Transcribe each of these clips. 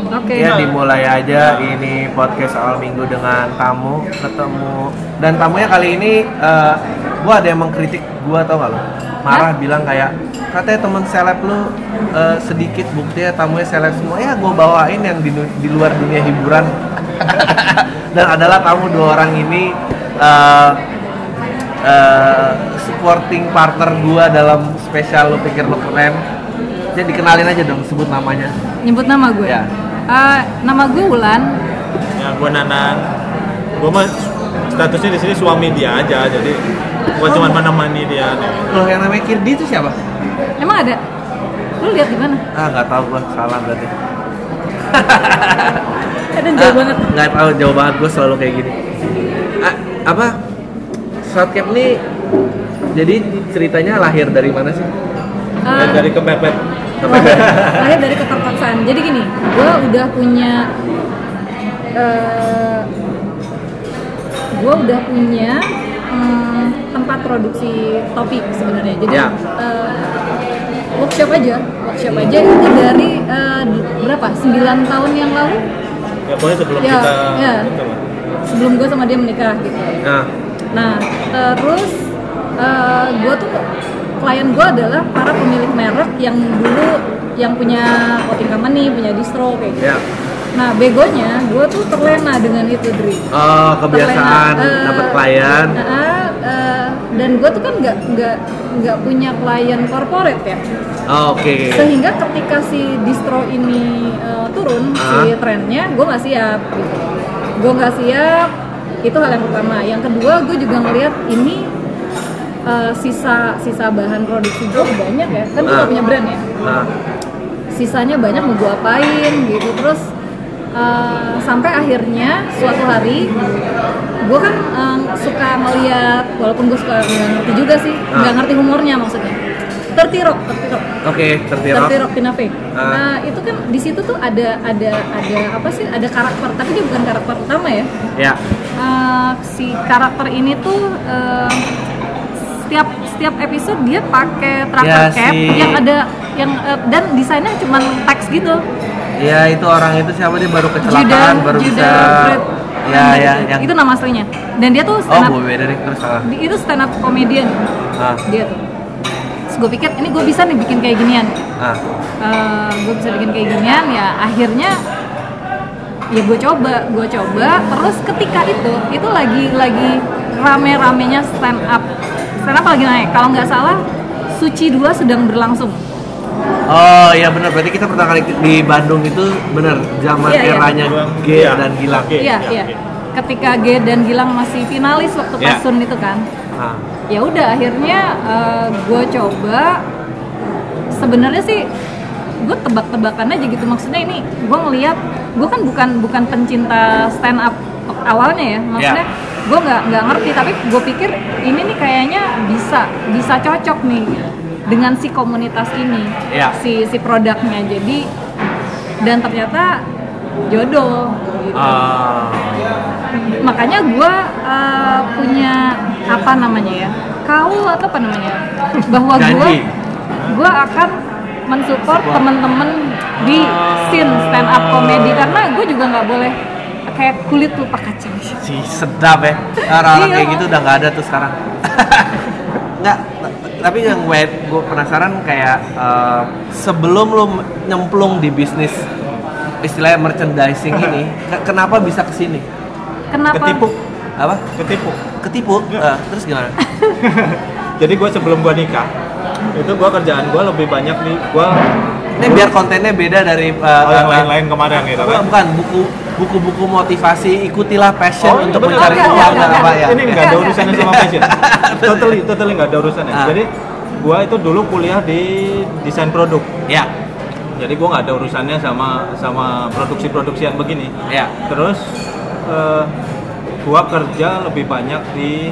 Oke. Ya dimulai aja ini podcast awal minggu dengan tamu ketemu, dan tamunya kali ini gua ada yang mengkritik gua, tau gak lo? Marah bilang kayak katanya temen seleb lu sedikit, buktinya tamunya seleb semua. Ya gua bawain yang di luar dunia hiburan. Dan adalah tamu dua orang ini supporting partner gua dalam spesial Lu Pikir Lu Keren. Jadi dikenalin aja dong, sebut namanya. Nyebut nama gue? Ya. Nama gue Wulan. Ya, gue Nanang. Gue mah statusnya di sini suami dia aja, jadi bukan cuma menemani dia. Loh, yang namanya Kirdi itu siapa? Emang ada? Lu lihat di mana? Nggak tahu gua, salah berarti. Ada jauh banget. Nggak tahu, jauh banget, gua selalu kayak gini. Apa? Shortcap nih, jadi ceritanya lahir dari mana sih? Dari kepepet. Lahir dari keterpaksaan. Jadi gini, gue udah punya tempat produksi topi sebenarnya. Jadi workshop aja itu dari berapa? 9 tahun yang lalu. Ya pokoknya sebelum kita sebelum gue sama dia menikah gitu. Nah terus gue tuh klien gue adalah para pemilik merek yang dulu yang punya clothing company, punya distro kayak gitu. Nah begonya gue tuh terlena dengan itu, Dri. Oh, kebiasaan dapat klien. Dan gue tuh kan nggak punya klien corporate ya. Oke. Sehingga ketika si distro ini turun si trennya, gue nggak siap gitu. Gue nggak siap, itu hal yang pertama. Yang kedua, gue juga ngeliat ini sisa bahan produksi gue banyak ya, kan gue gak punya brand ya. Sisanya banyak, mau gue apain gitu. Terus sampai akhirnya suatu hari gue kan suka ngeliat, walaupun gue suka nggak ngerti juga sih, nggak ngerti humornya maksudnya. 30 Rock. Oke, 30 Rock Tina Fey. Nah itu kan di situ tuh ada apa sih? Ada karakter, tapi dia bukan karakter utama ya. Ya. Si karakter ini tuh setiap episode dia pakai tracker cap yang ada dan desainnya cuma teks gitu. Ya itu orang itu siapa, dia baru kecelakaan, baru bisa. Yang itu nama aslinya. Dan dia tuh stand up. Oh, beda nih, terus salah. Itu stand up comedian. Dia tuh. Terus gue pikir ini gue bisa nih bikin kayak ginian. Gue bisa bikin kayak ginian, ya akhirnya ya gue coba. Terus ketika itu lagi rame-ramenya stand up lagi naik. Kalau nggak salah Suci 2 sedang berlangsung. Oh iya benar, berarti kita pertama kali di Bandung itu benar zaman eranya G dan Gilang. Iya. Ketika G dan Gilang masih finalis waktu Pasun itu kan. Ya udah akhirnya gue coba. Sebenarnya sih gue tebak-tebakan aja gitu, maksudnya ini gue ngelihat, gue kan bukan pencinta stand up awalnya ya, maksudnya gue nggak ngerti, tapi gue pikir ini nih kayaknya bisa cocok nih dengan si komunitas ini, si produknya. Jadi dan ternyata jodoh gitu. Makanya gue punya apa namanya ya, kaul atau apa namanya, bahwa gue akan mensupport temen-temen di scene stand up comedy, karena gue juga nggak boleh kayak kulit lupa kacang. Si sedap ya, orang-orang kayak gitu udah nggak ada tuh sekarang. Nggak, tapi yang gue penasaran kayak sebelum lo nyemplung di bisnis istilahnya merchandising ini, kenapa bisa kesini? Kenapa? Ketipu? Terus gimana? Jadi gue sebelum gue nikah, itu gue kerjaan gue lebih banyak nih, ini biar kontennya beda dari yang lain-lain kemarin gitu kan? Bukan buku-buku motivasi, ikutilah passion untuk mencari uang dan apa ya? Ini nggak ada urusannya sama passion, totally nggak ada urusannya. Jadi gue itu dulu kuliah di desain produk. Ya. Jadi gue nggak ada urusannya sama produksi-produksian begini. Ya. Terus gue kerja lebih banyak di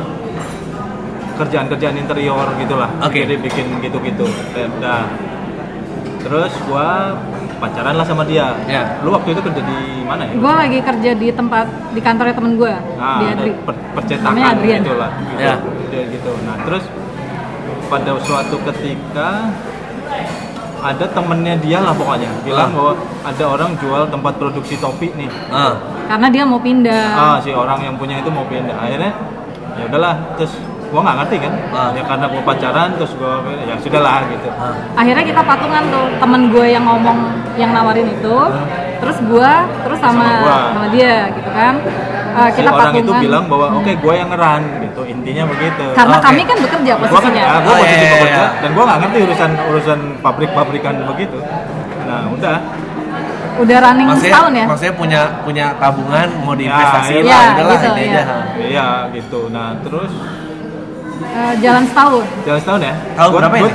kerjaan interior gitulah. Jadi bikin gitu-gitu. Nah, terus gue pacaran lah sama dia. Lu waktu itu kerja di mana ya? Gue lagi kerja di kantornya temen gue, di Adri. Percetakan gitulah. Gitu. Nah, terus pada suatu ketika ada temennya dia lah pokoknya bilang bahwa ada orang jual tempat produksi topi nih. Karena dia mau pindah. Si orang yang punya itu mau pindah. Akhirnya ya udahlah, terus gua nggak ngerti kan. Ya karena gua pacaran terus gua ya sudahlah gitu. Akhirnya kita patungan tuh, temen gue yang ngomong yang nawarin itu, terus gua terus sama dia gitu kan. Kita orang patungan. itu bilang bahwa oke, gua yang ngeran gitu, intinya begitu. Karena kami kan bekerja posisinya. Gua posisi bekerja dan gua nggak ngerti urusan pabrik-pabrikan begitu. Nah udah running setahun ya? Maksudnya punya tabungan mau diinvestasi lah, udahlah gitu, ini aja. Iya gitu. Nah terus jalan setahun. Jalan setahun ya? Tahun berapa ini?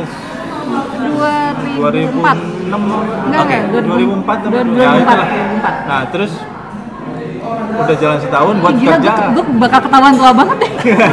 2004. Enggak, 2004. Nah terus udah jalan setahun buat kerja. Gue bakal ketahuan tua banget deh.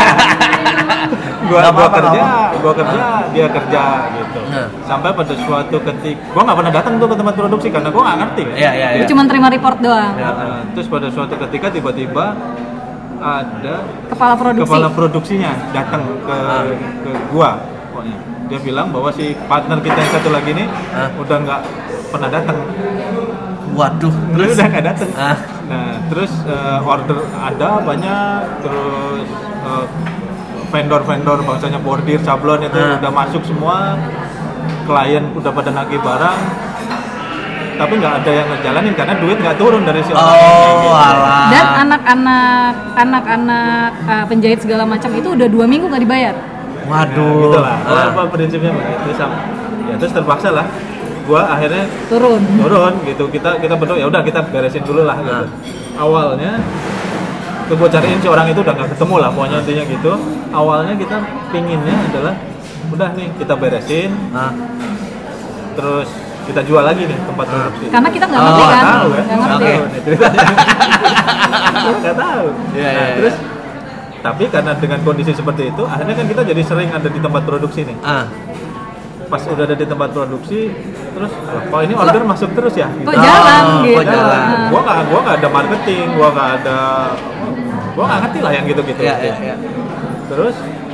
gua kerja, dia kerja gitu. Sampai pada suatu ketika, gua nggak pernah datang tuh ke tempat produksi karena gua nggak ngerti. Gue cuma terima report doang. Terus pada suatu ketika tiba-tiba ada kepala produksinya datang ke gua, pokoknya. Dia bilang bahwa si partner kita yang satu lagi nih udah nggak pernah datang. Waduh, terus udah nggak datang. Nah, terus order ada banyak, terus vendor-vendor bangsanya bordir, sablon itu udah masuk semua, klien udah pada nagih barang, tapi nggak ada yang ngejalanin karena duit nggak turun dari si orang ini. Alah. Dan anak-anak penjahit segala macam itu udah 2 minggu nggak dibayar. Waduh. Gitulah. Apa prinsipnya begitu sama. Ya terus terpaksa lah. Gua akhirnya turun gitu. Kita berdua ya udah kita beresin dulu lah gitu. Awalnya gue cariin si orang itu udah nggak ketemu lah, pokoknya intinya gitu. Awalnya kita pinginnya adalah udah nih kita beresin, terus kita jual lagi nih tempat produksi. Karena kita nggak ngerti kan? Nggak ngerti ceritanya. Nggak tahu. Terus tapi karena dengan kondisi seperti itu, akhirnya kan kita jadi sering ada di tempat produksi nih. Pas udah ada di tempat produksi, terus kalau ini order masuk terus ya? Kok jalan gitu? Gua nggak ada marketing, gua nggak ngerti lah yang gitu-gitu. Terus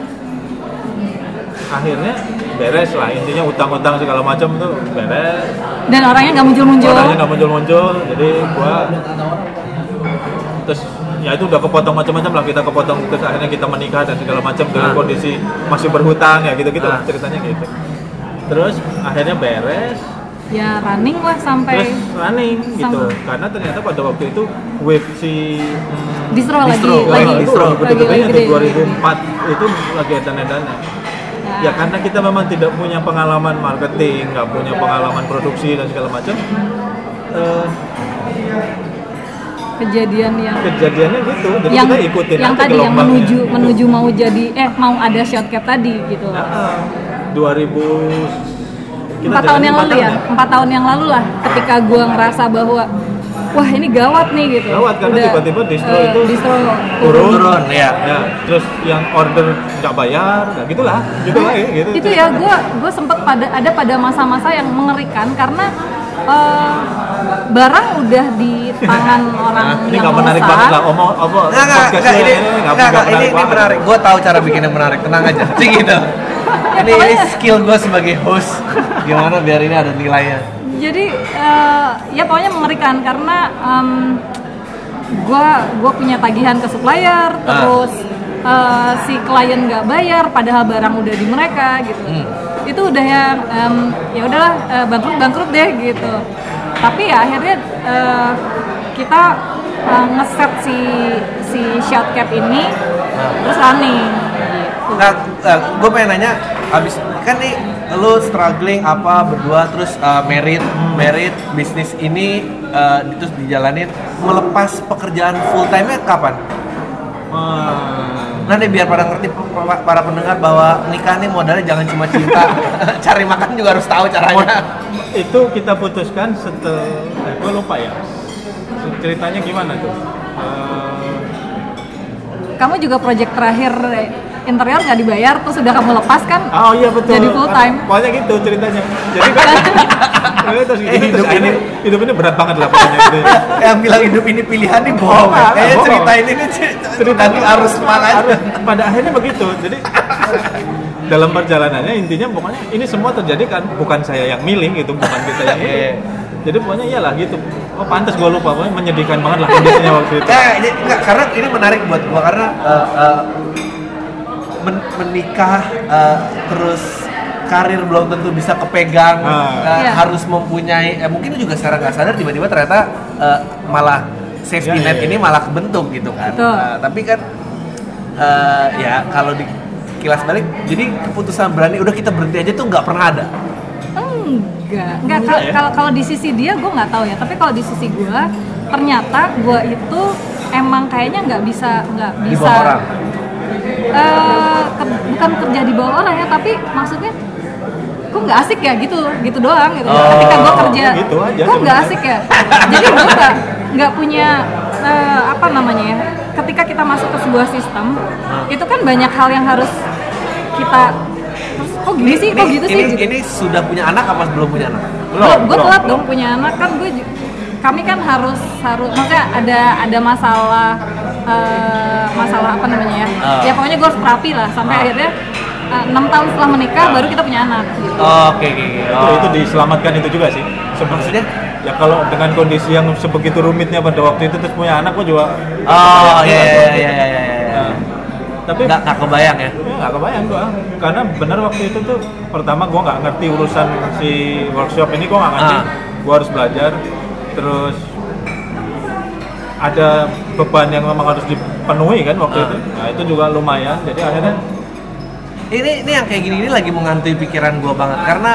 akhirnya beres lah, intinya utang-utang segala macam tuh beres. Dan orangnya nggak muncul-muncul. Jadi gua terus ya itu udah kepotong macam-macam lah, kita kepotong, terus akhirnya kita menikah dan segala macam dengan kondisi masih berhutang ya gitu-gitu lah ceritanya gitu. Terus akhirnya beres ya, running lah sampai gitu karena ternyata pada waktu itu wave si distro lagi di 2004 itu lagi edan-edannya. Ya karena kita memang tidak punya pengalaman marketing, nggak punya pengalaman produksi dan segala macam. Kejadiannya gitu, jadi yang, kita ikutin yang tadi yang menuju mau jadi mau ada shortcut tadi gitu. 4 tahun yang lalu ya, 4 tahun yang lalu lah, ketika gue ngerasa bahwa wah ini gawat nih gitu. Gawat karena tiba-tiba distro turun ya. Terus yang order nggak bayar, gitulah gitu. Itu ya, gue sempet pada masa-masa yang mengerikan karena barang udah di tangan orang ini yang nggak menarik banget lah ini menarik. Gue tahu cara bikin yang menarik, tenang aja sih gitu. Ini skill gue sebagai host, gimana biar ini ada nilainya. Jadi ya pokoknya mengerikan karena gue punya tagihan ke supplier, terus si klien nggak bayar padahal barang udah di mereka gitu. Itu udah yang ya udahlah bangkrut deh gitu. Tapi ya akhirnya kita ngeset si shortcap ini terus running gitu. Nah, gue pengen nanya, abis kan nih lu struggling berdua terus merit bisnis ini terus dijalanin, melepas pekerjaan full time-nya kapan? Nanti biar pada ngerti para pendengar bahwa nikah nih modalnya jangan cuma cinta, cari makan juga harus tahu caranya. Itu kita putuskan setelah, gue lupa ya ceritanya gimana tuh. Kamu juga project terakhir interior nggak dibayar, terus sudah kamu lepaskan? Oh iya betul. Jadi full time. Pokoknya gitu ceritanya. Jadi kan hidup ini berat banget lah pokoknya gitu. Yang bilang hidup ini pilihan nih bohong. Cerita ini cerita arus mana? Pada akhirnya begitu. Jadi dalam perjalanannya intinya pokoknya ini semua terjadi kan bukan saya yang milih gitu, bukan kita yang milih. Jadi pokoknya iyalah gitu. Oh pantas gue lupa, pokoknya menyedihkan banget lah kondisinya waktu itu. Ini enggak, karena ini menarik buat gue karena menikah terus karir belum tentu bisa kepegang, harus mempunyai, mungkin juga secara nggak sadar tiba-tiba ternyata malah safety net ini malah kebentuk gitu kan. Tapi kan ya kalau di kilas balik, jadi keputusan berani udah kita berhenti aja tuh nggak pernah ada. Enggak. Kalau di sisi dia gue nggak tahu ya. Tapi kalau di sisi gue, ternyata gue itu emang kayaknya nggak bisa. Di bawah orang. Bukan kerja di bawah orang ya, tapi maksudnya kok nggak asik ya gitu doang gitu. Ketika gue kerja, gitu aja, kok nggak asik ya. Jadi gue nggak punya apa namanya ya. Ketika kita masuk ke sebuah sistem, itu kan banyak hal yang harus kita kok gini sih, kok gitu sih. Ini sudah punya anak apa belum punya anak? Gue telat dong punya anak kan. Kami kan harus maksudnya ada masalah apa namanya ya. Ya pokoknya gue harus terapi lah sampai akhirnya 6 tahun setelah menikah baru kita punya anak gitu. Oke. Itu diselamatkan itu juga sih sebenarnya. Ya kalau dengan kondisi yang sebegitu rumitnya pada waktu itu terus punya anak, gue juga iya. Tapi nggak kebayang ya? Nggak kebayang gue, karena benar waktu itu tuh pertama gue nggak ngerti urusan si workshop ini, gue nggak ngerti. Gue harus belajar, terus ada beban yang memang harus dipenuhi kan waktu itu. Nah itu juga lumayan, jadi akhirnya ini yang kayak gini lagi menghantui pikiran gue banget karena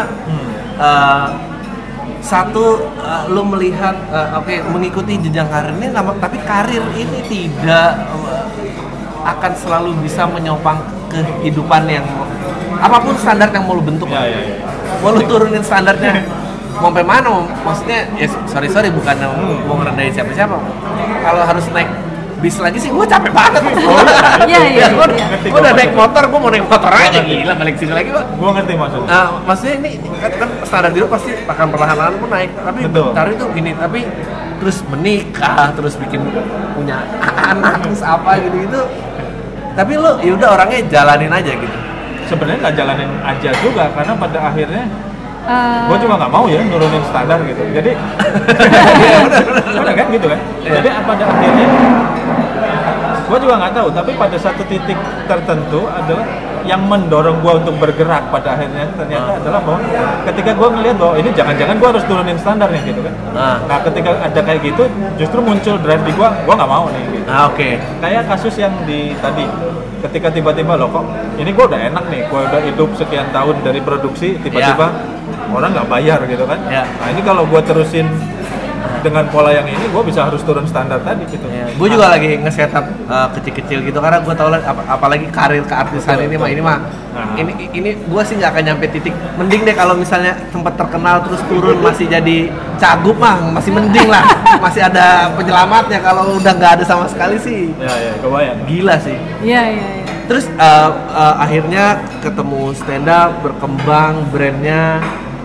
satu lu melihat mengikuti jenjang karir ini, tapi karir ini tidak akan selalu bisa menyopang kehidupan yang apapun standar yang mau lu bentuk. Mau lu turunin standarnya mau sampai mana, maksudnya ya sorry bukan mau ngerendahin siapa-siapa. Kalau harus naik bis lagi sih gue capek banget. Iya. Gue udah naik motor, gue mau naik motor aja gila, balik sini lagi gue ngerti maksudnya. Maksudnya ini kan standar hidup pasti akan perlahan-lahan pun naik, tapi taruh itu gini, tapi terus menikah, terus bikin punya anak, terus apa gitu. Tapi lu ya udah orangnya jalanin aja gitu. Sebenarnya nggak jalanin aja juga, karena pada akhirnya gue juga nggak mau ya nurunin standar gitu. Jadi udah kan gitu kan. Jadi pada akhirnya gue juga nggak tahu. Tapi pada satu titik tertentu adalah yang mendorong gue untuk bergerak pada akhirnya ternyata adalah bahwa ketika gue ngelihat bahwa ini jangan-jangan gue harus turunin standarnya gitu kan. Nah ketika ada kayak gitu justru muncul drive di gue nggak mau nih gitu. Kayak kasus yang di tadi, ketika tiba-tiba loh kok ini gue udah enak nih, gue udah hidup sekian tahun dari produksi, tiba-tiba orang nggak bayar gitu kan. Nah ini kalau gue terusin dengan pola yang ini, gue bisa harus turun standar tadi gitu. Gue juga lagi nge-setup kecil-kecil gitu karena gue tau lah apalagi karir keartisan ini mah ini gue sih nggak akan nyampe titik. Mending deh kalau misalnya sempat terkenal terus turun masih jadi cagup mah masih mending lah, masih ada penyelamatnya. Kalau udah nggak ada sama sekali sih kebayang gila sih. Iya. Terus akhirnya ketemu stand up, berkembang brandnya.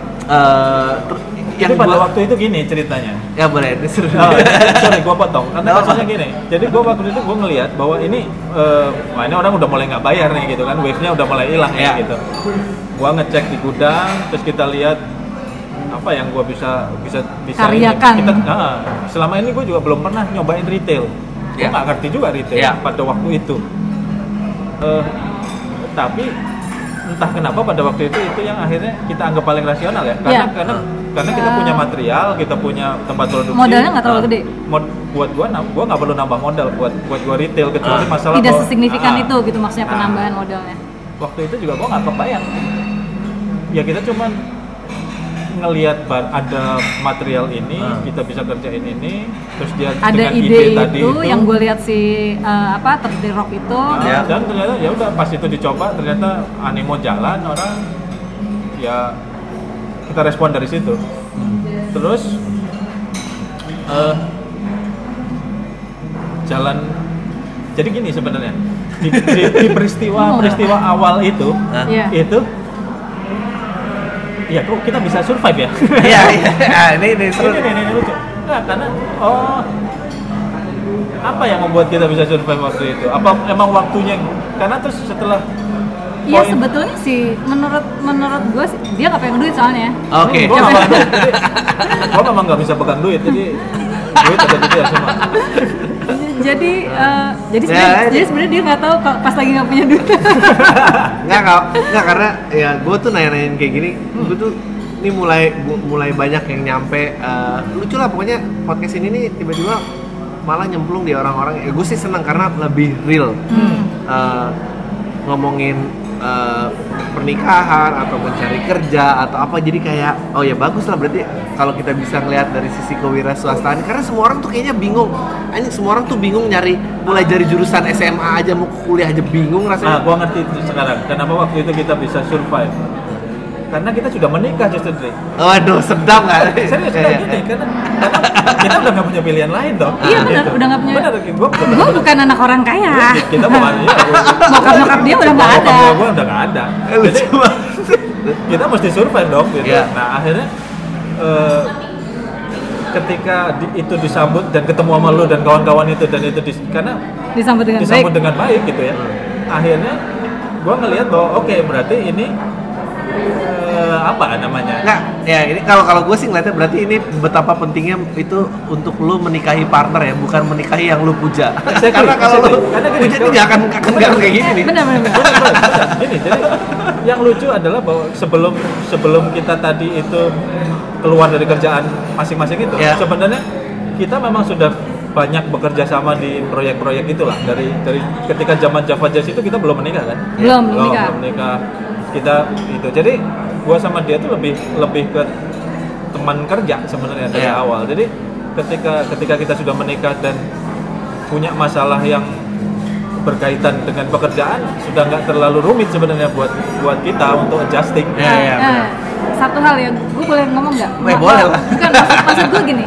Jadi pada waktu itu gini ceritanya. Ya boleh, ini seru. Sorry, gue potong. Karena kasusnya gini. Jadi gue waktu itu gue ngelihat bahwa ini, ini orang udah mulai nggak bayar nih gitu kan, wave-nya udah mulai hilang gitu. Gue ngecek di gudang, terus kita lihat apa yang gue bisa karyakan. Selama ini gue juga belum pernah nyobain retail. Gue nggak ngerti juga retail pada waktu itu. Tapi entah kenapa pada waktu itu yang akhirnya kita anggap paling rasional ya, karena kita punya material, kita punya tempat produksi. Modalnya nggak terlalu gede. Buat gua nggak perlu nambah modal buat gua retail, kecuali masalah tidak sesignifikan itu gitu maksudnya penambahan modalnya. Waktu itu juga gua nggak kebayang. Ya kita cuman ngelihat ada material ini, kita bisa kerjain ini, terus dia ada dengan ide tadi itu yang gue lihat si Terdi Rock itu. Dan ternyata ya udah pas itu dicoba ternyata animo jalan orang, ya kita respon dari situ. Terus jalan. Jadi gini sebenarnya di peristiwa awal itu ya kok kita bisa survive ya? Ini seru. Ini lucu. Nah, karena apa yang membuat kita bisa survive waktu itu? Apa emang waktunya? Karena terus setelah Iya sebetulnya sih menurut gue sih dia nggak pengen duit soalnya. Oke. Gue memang nggak bisa pegang duit, jadi duit ada di dia semua. Jadi sebenarnya dia nggak tahu pas lagi nggak punya duit. nggak karena ya gue tuh nanya-nanyain kayak gini, gue tuh ini mulai banyak yang nyampe lucu lah pokoknya podcast ini nih tiba-tiba malah nyemplung di orang-orang. Gue sih seneng karena lebih real. Ngomongin pernikahan atau mencari kerja atau apa, jadi kayak oh ya bagus lah berarti kalau kita bisa ngelihat dari sisi kewirausahaan, karena semua orang tuh kayaknya bingung. Semua orang tuh bingung mulai dari jurusan SMA aja mau kuliah aja bingung rasanya. Gua ngerti sekarang kenapa waktu itu kita bisa survive. Karena kita sudah menikah justru, Dre. Waduh, sedap nggak? Serius, gini, karena kita udah nggak punya pilihan lain dong. Iya benar, udah nggak punya. Gue bukan anak orang kaya. Kita bukan, bokap dia udah nggak ada. Gue udah nggak ada. Jadi kita mesti survive dong, gitu. Yeah. Nah akhirnya ketika itu disambut dan ketemu sama lu dan kawan-kawan itu dan itu karena disambut dengan baik gitu ya. Akhirnya gue ngelihat bahwa oke, berarti ini apa namanya? Nah, ya ini kalau gue sih ngeliatnya berarti ini betapa pentingnya itu untuk lu menikahi partner ya, bukan menikahi yang lu puja. Karena kalau lu puja itu nggak akan kayak gini nih. Benar. Gini, jadi yang lucu adalah bahwa sebelum kita tadi itu keluar dari kerjaan masing-masing itu, sebenarnya kita memang sudah banyak bekerja sama di proyek-proyek itulah dari ketika zaman Java Jazz itu kita belum menikah kan? Belum menikah. Kita itu, jadi gua sama dia tuh lebih ke teman kerja sebenarnya dari awal. Jadi ketika kita sudah menikah dan punya masalah yang berkaitan dengan pekerjaan sudah nggak terlalu rumit sebenarnya buat kita untuk adjusting. Satu hal ya, gue boleh ngomong nggak? Boleh lah. Bukan, maksud gue gini.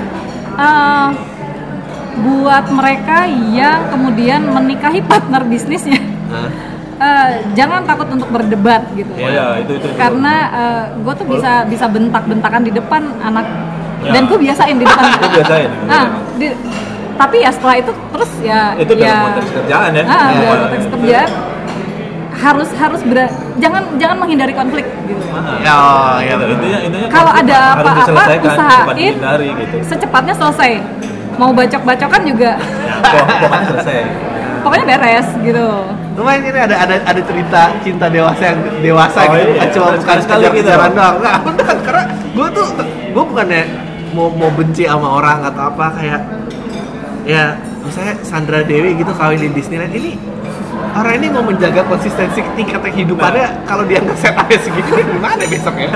Buat mereka yang kemudian menikahi partner bisnisnya. Jangan takut untuk berdebat gitu. Itu. Karena gue tuh bisa bentak-bentakan di depan anak dan gue biasain di depan. Gue biasain. Tapi ya setelah itu terus ya. Itu dalam konteks kerjaan ya. Dalam konteks kerjaan harus jangan menghindari konflik gitu. Intinya kalau ada apa-apa usahain gitu. Secepatnya selesai. Mau bacok-bacokan juga. Pokoknya selesai. Pokoknya beres gitu. Lumayan ini ada cerita cinta dewasa gitu, bukan sekali gitu doang. Nggak, beneran, karena gue bukannya mau benci sama orang atau apa, kayak ya misalnya Sandra Dewi gitu kawin di Disneyland, ini orang ini mau menjaga konsistensi tingkat kehidupannya. Kalau dia nge-set aja segini gimana besoknya?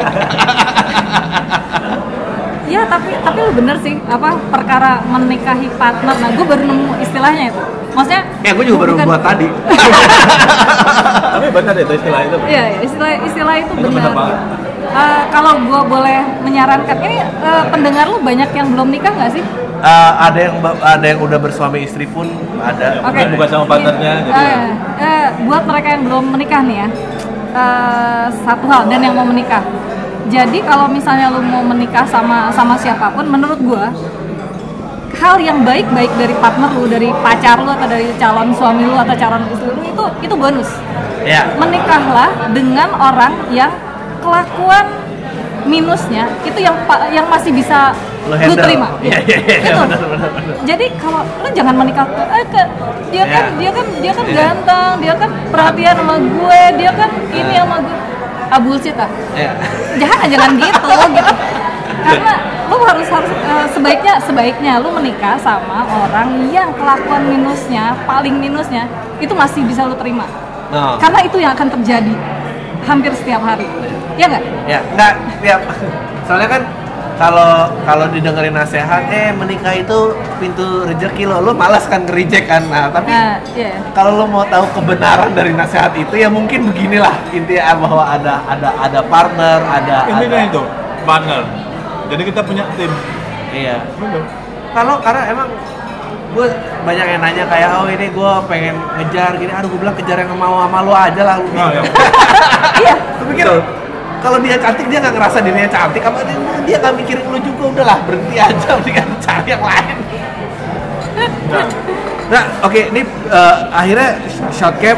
Ya tapi lu bener sih, perkara menikahi partner. Nah gue baru nemu istilahnya itu. Maksudnya gue juga baru buat tadi. Tapi benar itu istilah itu. Iya, istilah itu benar. Kalau gue boleh menyarankan, ini pendengar lu banyak yang belum nikah nggak sih? Ada yang udah bersuami istri pun ada. Bukan sama partnernya gitu. Buat mereka yang belum menikah nih ya, satu hal, dan yang mau menikah. Jadi kalau misalnya lu mau menikah sama siapapun, menurut gue hal yang baik-baik dari partner lu, dari pacar lu atau dari calon suami lu atau calon istri lu itu bonus. Menikahlah dengan orang yang kelakuan minusnya itu yang masih bisa lu terima. Gitu. Benar. Jadi kalau lu jangan menikah dia kan ganteng, dia kan perhatian sama gue, dia kan ini sama gue. Bullshit lah. Jangan gitu. Karena lu harus sebaiknya lu menikah sama orang yang kelakuan paling minusnya itu masih bisa lu terima. Karena itu yang akan terjadi hampir setiap hari. Ya nggak? Ya. Soalnya kan kalau didengerin nasihat, menikah itu pintu rezeki lo malas kan nge-reject kan. Nah, tapi kalau lo mau tahu kebenaran dari nasihat itu ya mungkin beginilah intinya, bahwa ada partner, intinya itu partner. Jadi kita punya tim. Iya. Karena emang gue banyak yang nanya kayak, ini gue pengen ngejar gini, gue bilang kejar yang mau sama lo aja lah. Iya. Pikir kalau dia cantik dia nggak ngerasa dirinya cantik, apa dia nggak mikirin lu juga, udahlah berhenti aja, mendingan cari yang lain. Nah, oke, ini akhirnya Shotcap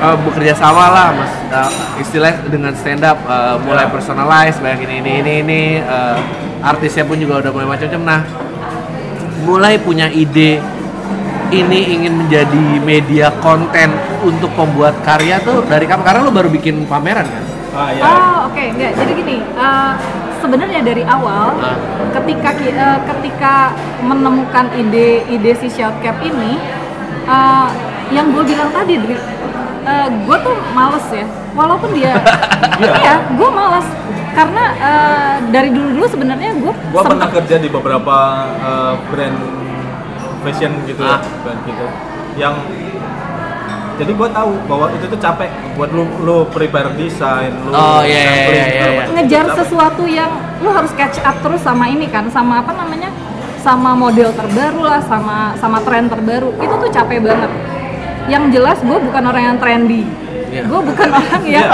bekerja sama lah mas, istilahnya dengan stand up mulai personalize banyak ini artisnya pun juga udah mulai macam-macam. Nah mulai punya ide ini ingin menjadi media konten untuk pembuat karya tuh dari kapan? Karena lo baru bikin pameran kan? Oke. Enggak, jadi gini, sebenarnya dari awal ketika menemukan ide si Shoutcap ini, yang gue bilang tadi, gue tuh males ya, walaupun dia iya, gue males karena dari dulu sebenarnya gue pernah kerja di beberapa brand fashion gitu brand gitu yang jadi gue tahu bahwa itu tuh capek buat lu prepare desain, lu ngejar sesuatu yang lu harus catch up terus sama ini kan, sama apa namanya, sama model terbaru lah, sama tren terbaru. Itu tuh capek banget. Yang jelas gue bukan orang yang trendy, gue bukan orang yang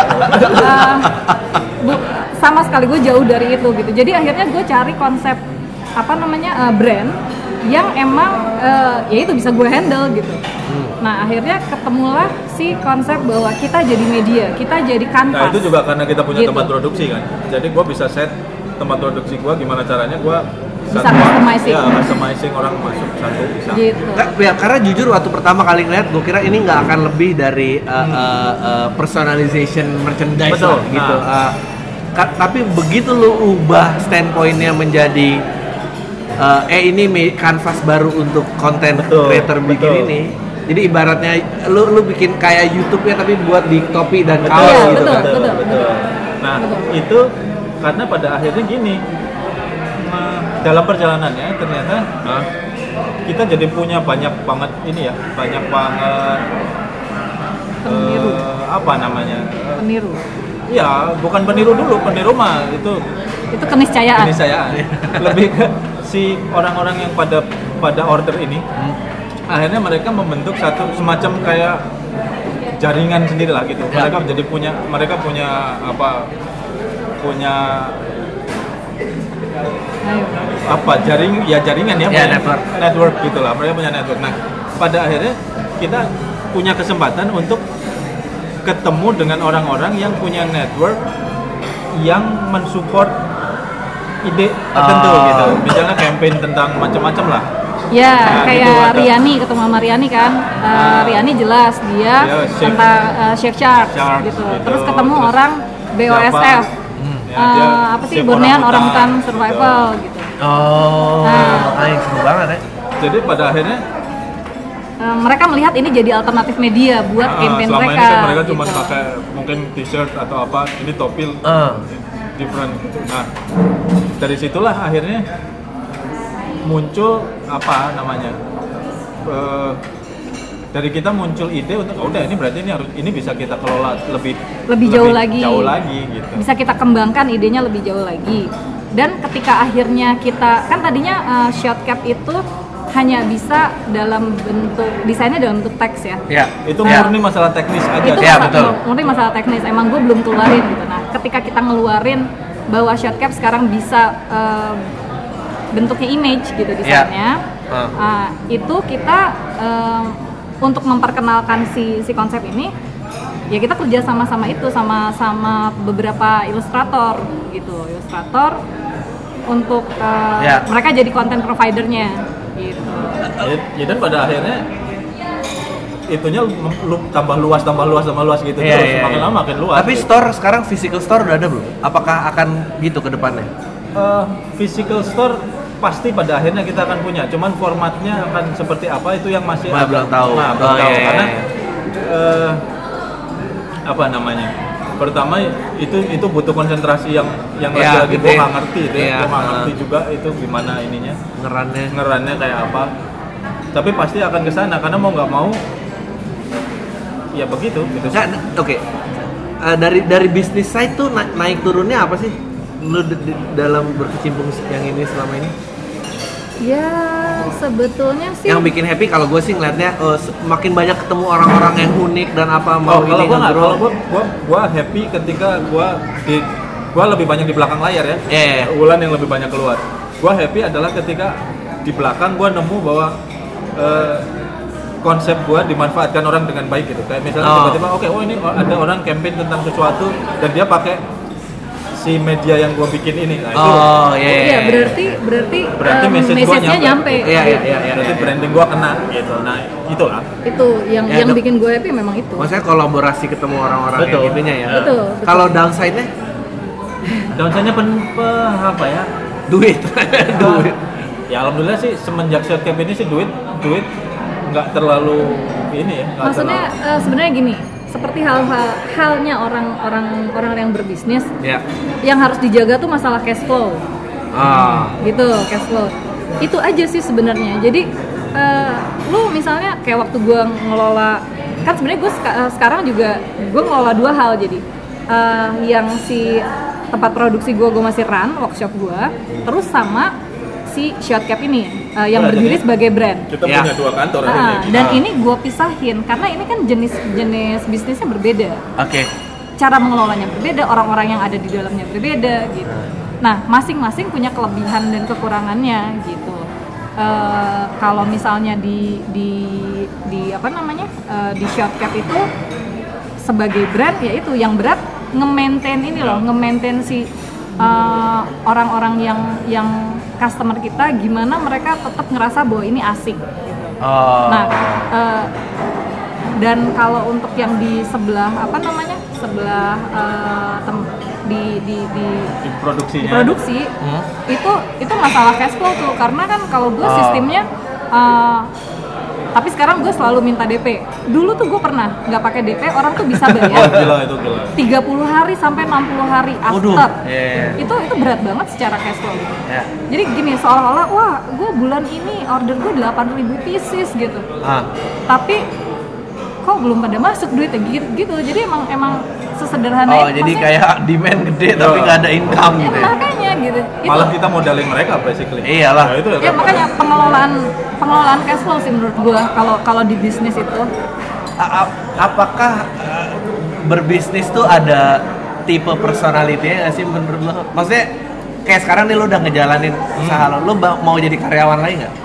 sama sekali, gue jauh dari itu gitu. Jadi akhirnya gue cari konsep apa namanya brand yang emang ya itu bisa gue handle gitu. Nah akhirnya ketemulah si konsep bahwa kita jadi media, kita jadi kanvas. Nah itu juga karena kita punya tempat produksi kan. Jadi gue bisa set tempat produksi gue, gimana caranya gue bisa customizing. Ya, customizing orang masuk satu bisa. Gitu. Ya, karena jujur waktu pertama kali ngeliat, gue kira ini nggak akan lebih dari personalization merchandise. Betul, lah, gitu. Tapi begitu lu ubah standpointnya menjadi ini kanvas baru untuk konten creator bikin ini. Jadi ibaratnya lu bikin kayak YouTube-nya tapi buat di topi dan kaos gitu. Betul. Nah, itu karena pada akhirnya gini, dalam perjalanannya ternyata kita jadi punya banyak banget ini ya, banyak banget apa namanya? Peniru. Ya, bukan peniru dulu, peniru mah itu keniscayaan. Lebih ke si orang-orang yang pada order ini, akhirnya mereka membentuk satu semacam kayak jaringan sendiri lah gitu. Mereka punya jaringan ya, network gitulah. Mereka punya network. Nah, pada akhirnya kita punya kesempatan untuk ketemu dengan orang-orang yang punya network yang mensupport ide tertentu gitu. Misalnya campaign tentang macam-macam lah. Ya, kayak gitu, Riani, ketemu sama Riani kan. Riani jelas dia tentang Chef Shark gitu. Terus ketemu orang BOSF. Apa sih, Bornean Orangutan Survival gitu. Makanya seru banget ya. Jadi pada akhirnya mereka melihat ini jadi alternatif media buat campaign selama mereka. Ini kan mereka gitu. cuma pakai mungkin t-shirt atau apa, ini topil different. Nah, dari situlah akhirnya muncul apa namanya? Dari kita muncul ide untuk udah ini berarti ini bisa kita kelola lebih jauh lagi gitu. Bisa kita kembangkan idenya lebih jauh lagi. Dan ketika akhirnya kita kan tadinya Shoutcap itu hanya bisa dalam bentuk desainnya dalam bentuk teks ya. Ya. Itu murni masalah teknis aja. Itu murni masalah teknis. Emang gue belum keluarin gitu. Nah, ketika kita ngeluarin bahwa Shoutcap sekarang bisa bentuknya image gitu desainnya, itu kita untuk memperkenalkan si konsep ini, ya kita kerja sama itu sama beberapa ilustrator gitu, untuk mereka jadi content providernya gitu. Ya dan pada akhirnya itunya tambah luas gitu terus makin lama makin luas. Tapi store sekarang physical store udah ada belum? Apakah akan gitu ke depannya? Physical store pasti pada akhirnya kita akan punya, cuman formatnya akan seperti apa itu yang masih belum tahu. Karena apa namanya? Pertama itu butuh konsentrasi yang lagi gue nggak ngerti itu, gue nggak ngerti juga itu gimana ininya ngerannya kayak apa. Tapi pasti akan ke sana karena mau nggak mau ya begitu gitu. Oke. Dari bisnis side tuh naik turunnya apa sih? Lu dalam berkecimpung yang ini selama ini? Ya sebetulnya sih yang bikin happy kalau gue sih ngeliatnya makin banyak ketemu orang-orang yang unik dan apa mau ini ngobrol. Kalau gue happy ketika gue lebih banyak di belakang layar ya. Wulan yang lebih banyak keluar. Gue happy adalah ketika di belakang gue nemu bahwa konsep gua dimanfaatkan orang dengan baik gitu. Kayak misalnya tiba-tiba ini ada orang campaign tentang sesuatu dan dia pakai si media yang gua bikin ini. Nah, itu. Iya, berarti message-nya nyampe. Iya. Berarti branding gua kena gitu. Nah, itulah. Itu yang bikin gue happy memang itu. Maksudnya kolaborasi ketemu orang-orang yang itunya ya. Betul. Kalau downside-nya? Downside-nya apa ya? Duit. Ya alhamdulillah sih semenjak Shortcap ini sih duit nggak terlalu ini ya. Maksudnya sebenarnya gini, seperti halnya orang yang berbisnis, yang harus dijaga tuh masalah cash flow. Gitu, cash flow. Itu aja sih sebenarnya. Jadi lu misalnya kayak waktu gue ngelola, kan sebenarnya gue sekarang juga gue ngelola 2 hal. Jadi yang si tempat produksi gue masih run workshop gue, terus sama si Shortcap ini yang berdiri sebagai brand. Kita punya 2 kantor dan ini gue pisahin karena ini kan jenis bisnisnya berbeda. Cara mengelolanya berbeda, orang-orang yang ada di dalamnya berbeda gitu. Nah, masing-masing punya kelebihan dan kekurangannya gitu. Kalau misalnya di Shortcap itu sebagai brand, yaitu yang berat nge-maintain si orang-orang yang customer kita, gimana mereka tetap ngerasa bahwa ini asik gitu. Nah, dan kalau untuk yang di sebelah di produksi itu masalah cash flow tuh, karena kan kalau gue sistemnya tapi sekarang gue selalu minta DP. Dulu tuh gue pernah nggak pakai DP, orang tuh bisa bayar. Itu gila. 30 hari sampai 60 hari after. Itu berat banget secara cash flow. Jadi gini, seolah-olah wah, gue bulan ini order gue 8.000 pieces gitu. Tapi kok belum pada masuk duitnya gitu. Jadi emang sesederhana itu. Jadi kayak demand gede tapi nggak ada income gitu ya. Makanya gitu. Malah kita modeling mereka basically. Iyalah. Nah, itu ya makanya pengelolaan cash flow sih menurut gua kalau di bisnis itu. Apakah berbisnis tuh ada tipe personality-nya nggak sih menurut lo? Maksudnya kayak sekarang nih lo udah ngejalanin usaha lo mau jadi karyawan lagi nggak?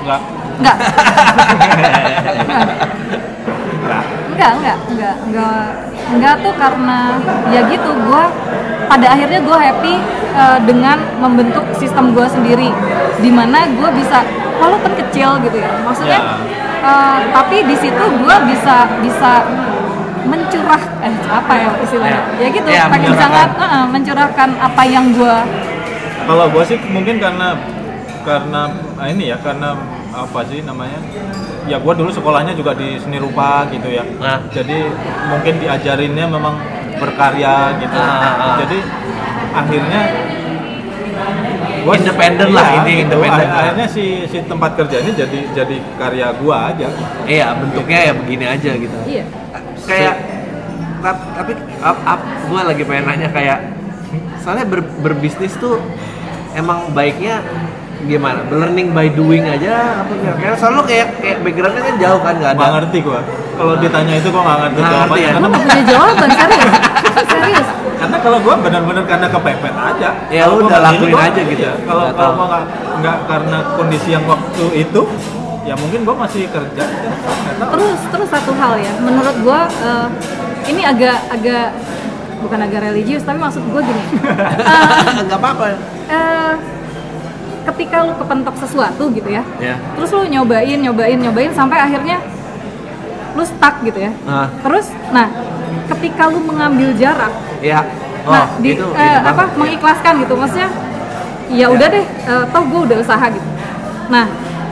Enggak tuh, karena ya gitu, pada akhirnya gue happy dengan membentuk sistem gue sendiri, dimana gue bisa walaupun kecil gitu ya, maksudnya tapi di situ gue bisa mencurah apa ya istilahnya ya gitu, sangat mencurahkan apa yang gue. Kalau gue sih mungkin karena ini ya, karena apa sih namanya, ya gue dulu sekolahnya juga di seni rupa gitu ya. Jadi mungkin diajarinnya memang berkarya gitu. Jadi akhirnya gue independen lah, independen. Akhirnya si tempat kerja ini jadi karya gue aja. Iya, bentuknya ya begini aja gitu. Iya. Kayak tapi gue lagi pengen nanya kayak, soalnya berbisnis tuh emang baiknya gimana? Learning by doing aja apa enggak? Karena selalu kayak backgroundnya kan jauh kan, nggak ada. Nggak ngerti gua. Kalau ditanya itu gua nggak ngerti jawabannya. Gua nggak punya jawaban, serius. Karena kalau gua benar-benar karena kepepet aja. Ya udah lakuin aja gitu. Kalau gua nggak karena kondisi yang waktu itu, ya mungkin gua masih kerja. Terus satu hal ya, menurut gua ini agak bukan agak religius, tapi maksud gua gini. Nggak apa-apa. Ketika lu kepentok sesuatu gitu ya, terus lu nyobain sampai akhirnya lu stuck gitu ya. Terus, ketika lu mengambil jarak, itu mengikhlaskan gitu, maksudnya ya udah deh, toh gue udah usaha gitu. Nah,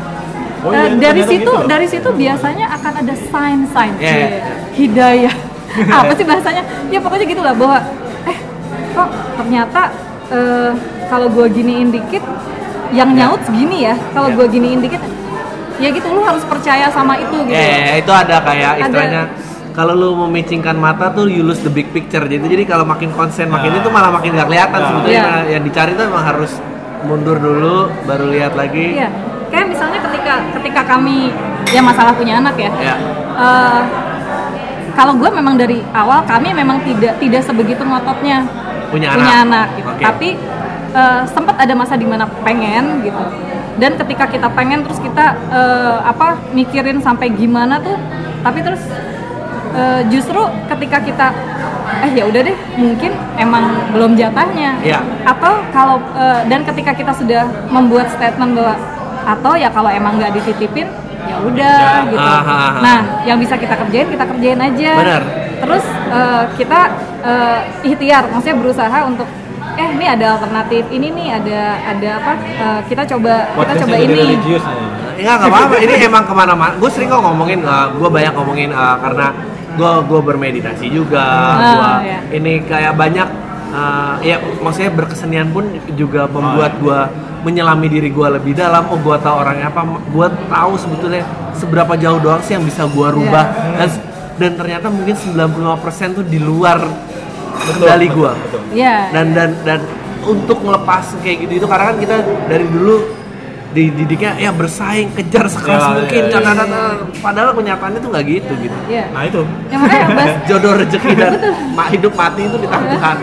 dari situ biasanya akan ada sign hidayah. Apa sih bahasanya? Ya pokoknya gitulah, bahwa kok ternyata kalau gue giniin dikit yang nyaut segini ya, kalau gue giniin dikit ya gitu, lu harus percaya sama itu gitu. Itu ada kayak istilahnya, kalau lu memicingkan mata tuh you lose the big picture. Jadi kalau makin konsen makin itu malah makin gak kelihatan sebetulnya. Yang dicari tuh emang harus mundur dulu baru lihat lagi. Iya. Kayak misalnya ketika kami ya masalah punya anak ya. Kalau gue memang dari awal kami memang tidak sebegitu ngototnya punya anak gitu. Tapi sempat ada masa dimana pengen gitu, Dan ketika kita pengen terus kita mikirin sampai gimana tuh, tapi terus justru ketika kita ya udah deh, mungkin emang belum jatahnya. Atau kalau dan ketika kita sudah membuat statement bahwa atau ya kalau emang nggak dititipin ya udah gitu. Nah, yang bisa kita kerjain aja. Benar. Terus kita ikhtiar, maksudnya berusaha untuk ini ada alternatif, ini nih ada apa, kita coba ini. Enggak apa-apa, ini emang kemana-mana. Gue sering kok ngomongin, gue banyak ngomongin karena gue bermeditasi juga. Ini kayak banyak ya maksudnya berkesenian pun juga membuat gue menyelami diri gue lebih dalam. Gue tahu orangnya apa, gue tahu sebetulnya seberapa jauh doang sih yang bisa gue rubah. Dan ternyata mungkin 95% tuh di luar kendali gue. Dan untuk ngelepas kayak gitu itu karena kan kita dari dulu dididiknya ya bersaing, kejar sekeras mungkin. Padahal kenyataannya tuh nggak gitu. Nah itu yang makanya jodoh rezeki dan hidup mati itu di tangan Tuhan.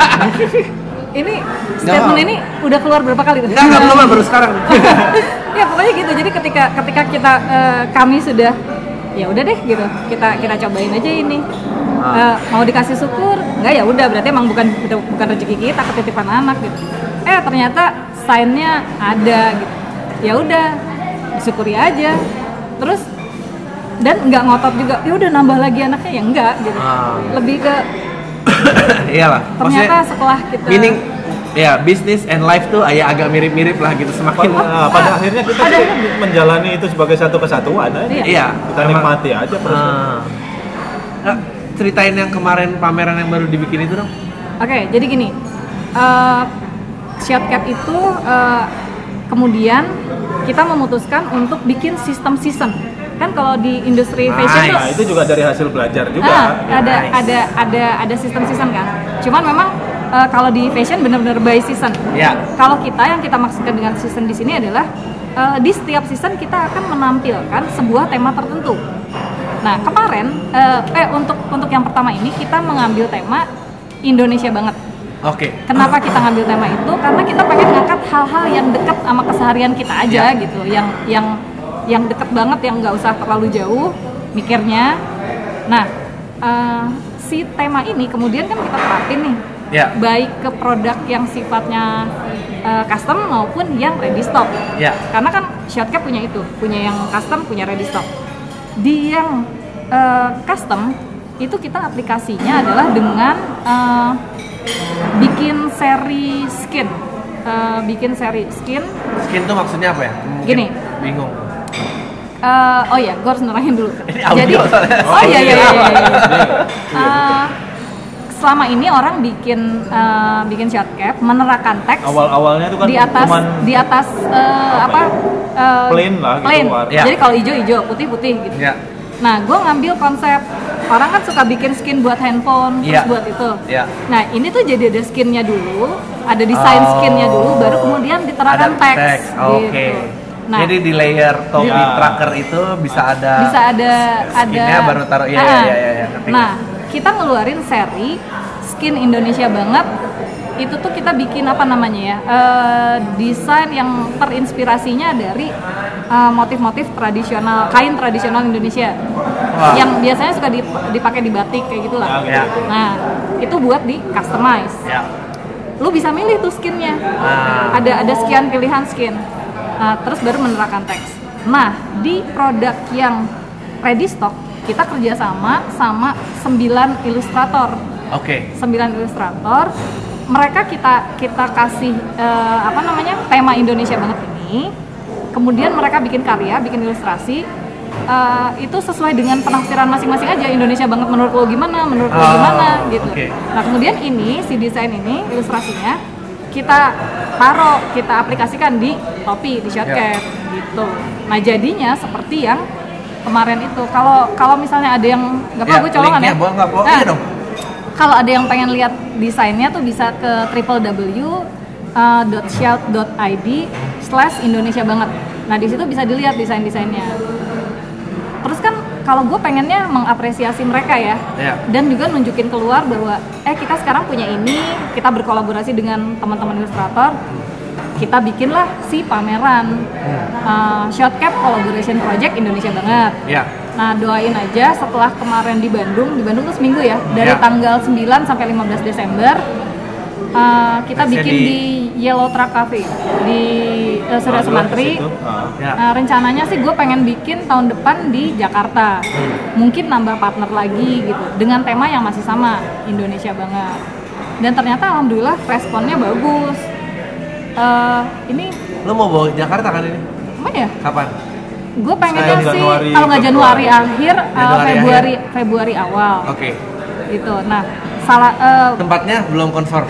Ini statement ini udah keluar berapa kali tuh? Enggak belum, baru sekarang. Ya pokoknya gitu. Jadi ketika kita kami sudah ya udah deh gitu, kita cobain aja ini. Mau dikasih syukur nggak, ya udah berarti emang bukan rezeki kita, ketitipan anak gitu. Ternyata sign-nya ada gitu, ya udah disyukuri aja. Terus dan nggak ngotot juga, ya udah nambah lagi anaknya, ya enggak gitu. Lebih ke iyalah, ternyata setelah kita meaning ya bisnis and life tuh agak mirip-mirip lah gitu, semakin pada akhirnya kita menjalani itu sebagai satu kesatuan. Iya, kita nikmati aja prosesnya. Ceritain yang kemarin pameran yang baru dibikin itu dong. Oke, jadi gini, Shotcap itu kemudian kita memutuskan untuk bikin sistem season. Kan kalau di industri fashion tuh itu juga dari hasil belajar juga. Ada sistem season kan. Cuman memang kalau di fashion benar-benar by season. Kalau yang kita maksudkan dengan season di sini adalah di setiap season kita akan menampilkan sebuah tema tertentu. Nah, kemarin untuk yang pertama ini kita mengambil tema Indonesia banget. Kenapa kita ngambil tema itu? Karena kita pengen ngangkat hal-hal yang dekat sama keseharian kita aja gitu, yang dekat banget, yang nggak usah terlalu jauh mikirnya. Nah, si tema ini kemudian kan kita terapin nih, baik ke produk yang sifatnya custom maupun yang ready stock. Karena kan Shotcap punya yang custom, punya ready stock. Di yang custom itu kita aplikasinya adalah dengan bikin seri skin. Skin tuh maksudnya apa ya? Mungkin gini. Bingung. Gue harus nerangin dulu. Jadi, selama ini orang bikin Shotcap menerapkan teks. Awalnya itu kan di atas plain lah. Plain. Gitu. Jadi kalau hijau, putih gitu. Nah, gue ngambil konsep, orang kan suka bikin skin buat handphone, terus buat itu. Nah, ini tuh jadi ada skinnya dulu, ada desain skinnya dulu, baru kemudian diterapkan teks. Gitu. Nah, jadi di layer topi tracker itu bisa ada skinnya baru taruh. Nah, kita ngeluarin seri skin Indonesia banget. Itu tuh kita bikin desain yang terinspirasinya dari motif-motif tradisional, kain tradisional Indonesia yang biasanya suka dipakai di batik kayak gitulah. Nah, itu buat di customize. Lu bisa milih tuh skinnya. Ada sekian pilihan skin. Terus baru menerapkan teks. Nah, di produk yang ready stock kita kerjasama sama 9 ilustrator. 9 ilustrator. Mereka kita kasih tema Indonesia banget ini. Kemudian mereka bikin karya, bikin ilustrasi. Itu sesuai dengan penafsiran masing-masing aja. Indonesia banget menurut lo gimana gitu. Nah, kemudian si desain ini, ilustrasinya kita aplikasikan di topi, di Shotcap gitu. Nah, jadinya seperti yang kemarin itu. Kalau misalnya ada yang nggak apa, gue colongan ya. Kalau ada yang pengen lihat desainnya tuh bisa ke www.shout.id/Indonesia banget. Nah, di situ bisa dilihat desain-desainnya. Terus kan kalau gue pengennya mengapresiasi mereka ya, dan juga nunjukin keluar bahwa kita sekarang punya ini, kita berkolaborasi dengan teman-teman ilustrator. kita bikinlah si pameran Shotcap Collaboration Project Indonesia banget. Yeah. Nah doain aja setelah kemarin di Bandung tuh seminggu ya, dari tanggal 9 sampai 15 Desember kita bikin di Yellow Truck Cafe di Surya Sumantri. Rencananya sih gue pengen bikin tahun depan di Jakarta, mungkin nambah partner lagi gitu dengan tema yang masih sama, Indonesia banget. Dan ternyata alhamdulillah responnya bagus. Ini lo mau bawa ke Jakarta kan ini? Emang ya? Kapan? Gue pengennya sih kalau nggak Januari akhir, Februari awal. Oke. Gitu. Nah, tempatnya belum confirm.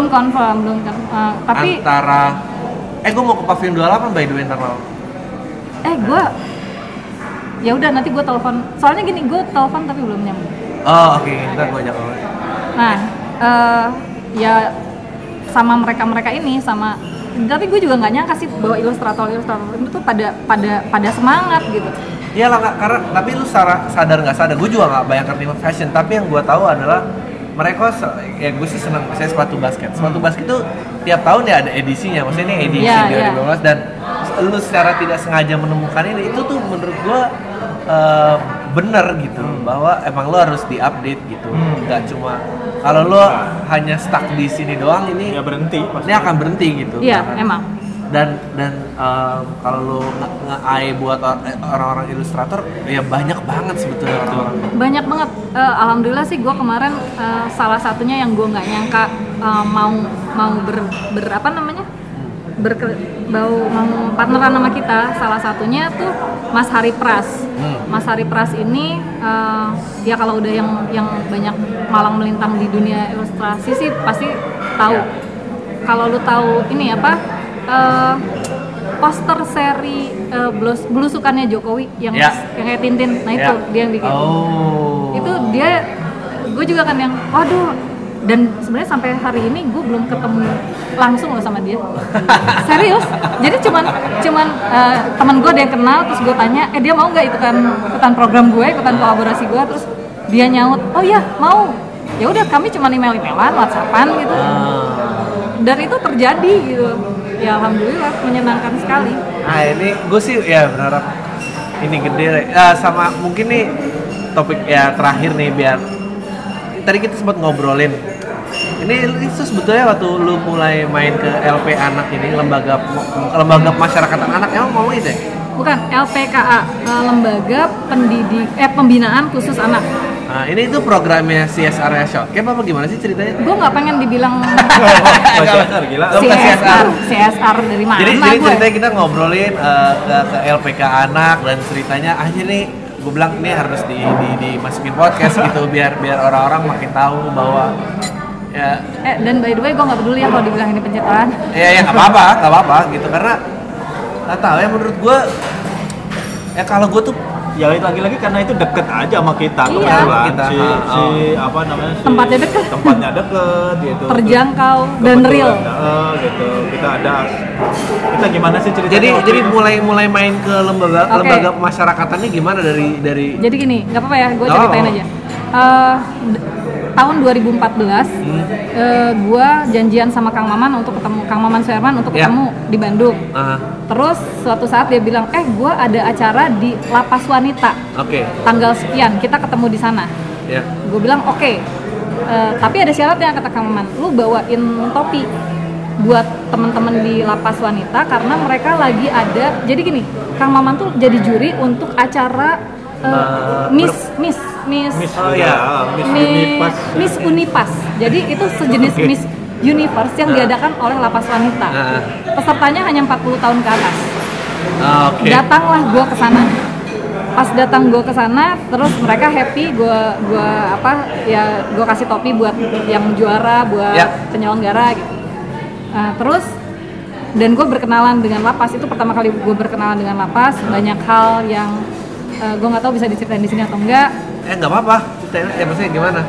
Tapi antara gue mau ke Pavilion 28 by the way ntar malam. Gue ya udah nanti gue telepon. Soalnya gini, gue telepon tapi belum nyambung. Oh, oke. Ntar gue ajak lo. Nah, ya sama mereka ini sama, tapi gue juga nggak nyangka sih bahwa ilustrator itu tuh pada semangat gitu. Iya lah, karena tapi lu sadar nggak sadar, gue juga nggak banyak ngerti fashion, tapi yang gue tahu adalah mereka, ya gue sih senang saya sepatu basket itu tiap tahun ya ada edisinya, maksudnya ini edisi 2015 dan lu secara tidak sengaja menemukan ini, itu tuh menurut gue bener gitu, bahwa emang lo harus diupdate gitu, nggak cuma kalau lo hanya stuck di sini doang ini ya berhenti, ini akan berhenti gitu. Iya emang. Dan kalau lo nge-eye buat orang-orang ilustrator ya banyak banget sebetulnya orang-orang. Banyak banget. Alhamdulillah sih gue kemarin salah satunya yang gue nggak nyangka mau mau partneran sama kita. Salah satunya tuh Mas Hari Pras. Mas Hari Pras ini dia kalau udah yang banyak malang melintang di dunia ilustrasi sih pasti tahu. Kalau lu tahu ini apa? Poster seri belusukannya Jokowi yang kayak Tintin, nah itu dia yang bikin. Itu dia, gue juga kan yang, waduh. Dan sebenarnya sampai hari ini gue belum ketemu langsung loh sama dia. Serius. Jadi cuman teman gue ada yang kenal, terus gue tanya, dia mau nggak ikutan program gue, ikutan kolaborasi gue, terus dia nyaut, oh iya mau. Ya udah kami cuma email-emailan, WhatsAppan gitu. Dan itu terjadi gitu. Ya alhamdulillah menyenangkan sekali. Nah ini gue sih ya berharap ini gede sama mungkin nih topik ya terakhir nih, biar tadi kita sempat ngobrolin ini itu sebetulnya waktu lu mulai main ke LP anak ini, lembaga masyarakatan anak, emang mau itu ya? Bukan, LPKA, lembaga pembinaan khusus anak. Nah, ini itu programnya CSR Shotcap apa gimana sih ceritanya? Gue nggak pengen dibilang CSR, gila. CSR dari mana? Jadi ceritanya kita ngobrolin ke LPK anak, dan ceritanya akhirnya nih gue bilang ini harus dimasukin podcast gitu biar orang-orang makin tahu bahwa ya. Dan by the way gue nggak peduli ya kalau dibilang ini pencitraan. Ya nggak apa-apa gitu, karena nggak tahu ya, menurut gue ya kalau gue tuh ya lagi-lagi karena itu deket aja sama kita, kebetulan tempatnya deket gitu, terjangkau dan real gitu. Kita gimana sih ceritanya? Jadi mulai main ke lembaga masyarakatannya gimana dari jadi gini, nggak apa-apa ya, gue ceritain aja. Tahun 2014 gue janjian sama Kang Maman untuk ketemu Kang Maman Suherman untuk ketemu di Bandung. Terus suatu saat dia bilang, gue ada acara di Lapas Wanita. Tanggal sekian kita ketemu di sana. Gue bilang oke. Tapi ada syaratnya kata Kang Maman, lu bawain topi buat teman-teman di Lapas Wanita karena mereka lagi ada. Jadi gini, Kang Maman tuh jadi juri untuk acara Miss Unipas. Jadi itu sejenis Miss Universe yang diadakan oleh Lapas Wanita. Pesertanya hanya 40 tahun ke atas. Datanglah gue ke sana. Pas datang gue ke sana, terus mereka happy, gue kasih topi buat yang juara, buat penyelenggara gitu. Terus dan gue berkenalan dengan Lapas, itu pertama kali gue berkenalan dengan Lapas. Banyak hal yang gue nggak tahu bisa diceritain di sini atau enggak. Nggak apa-apa, ceritain maksudnya gimana?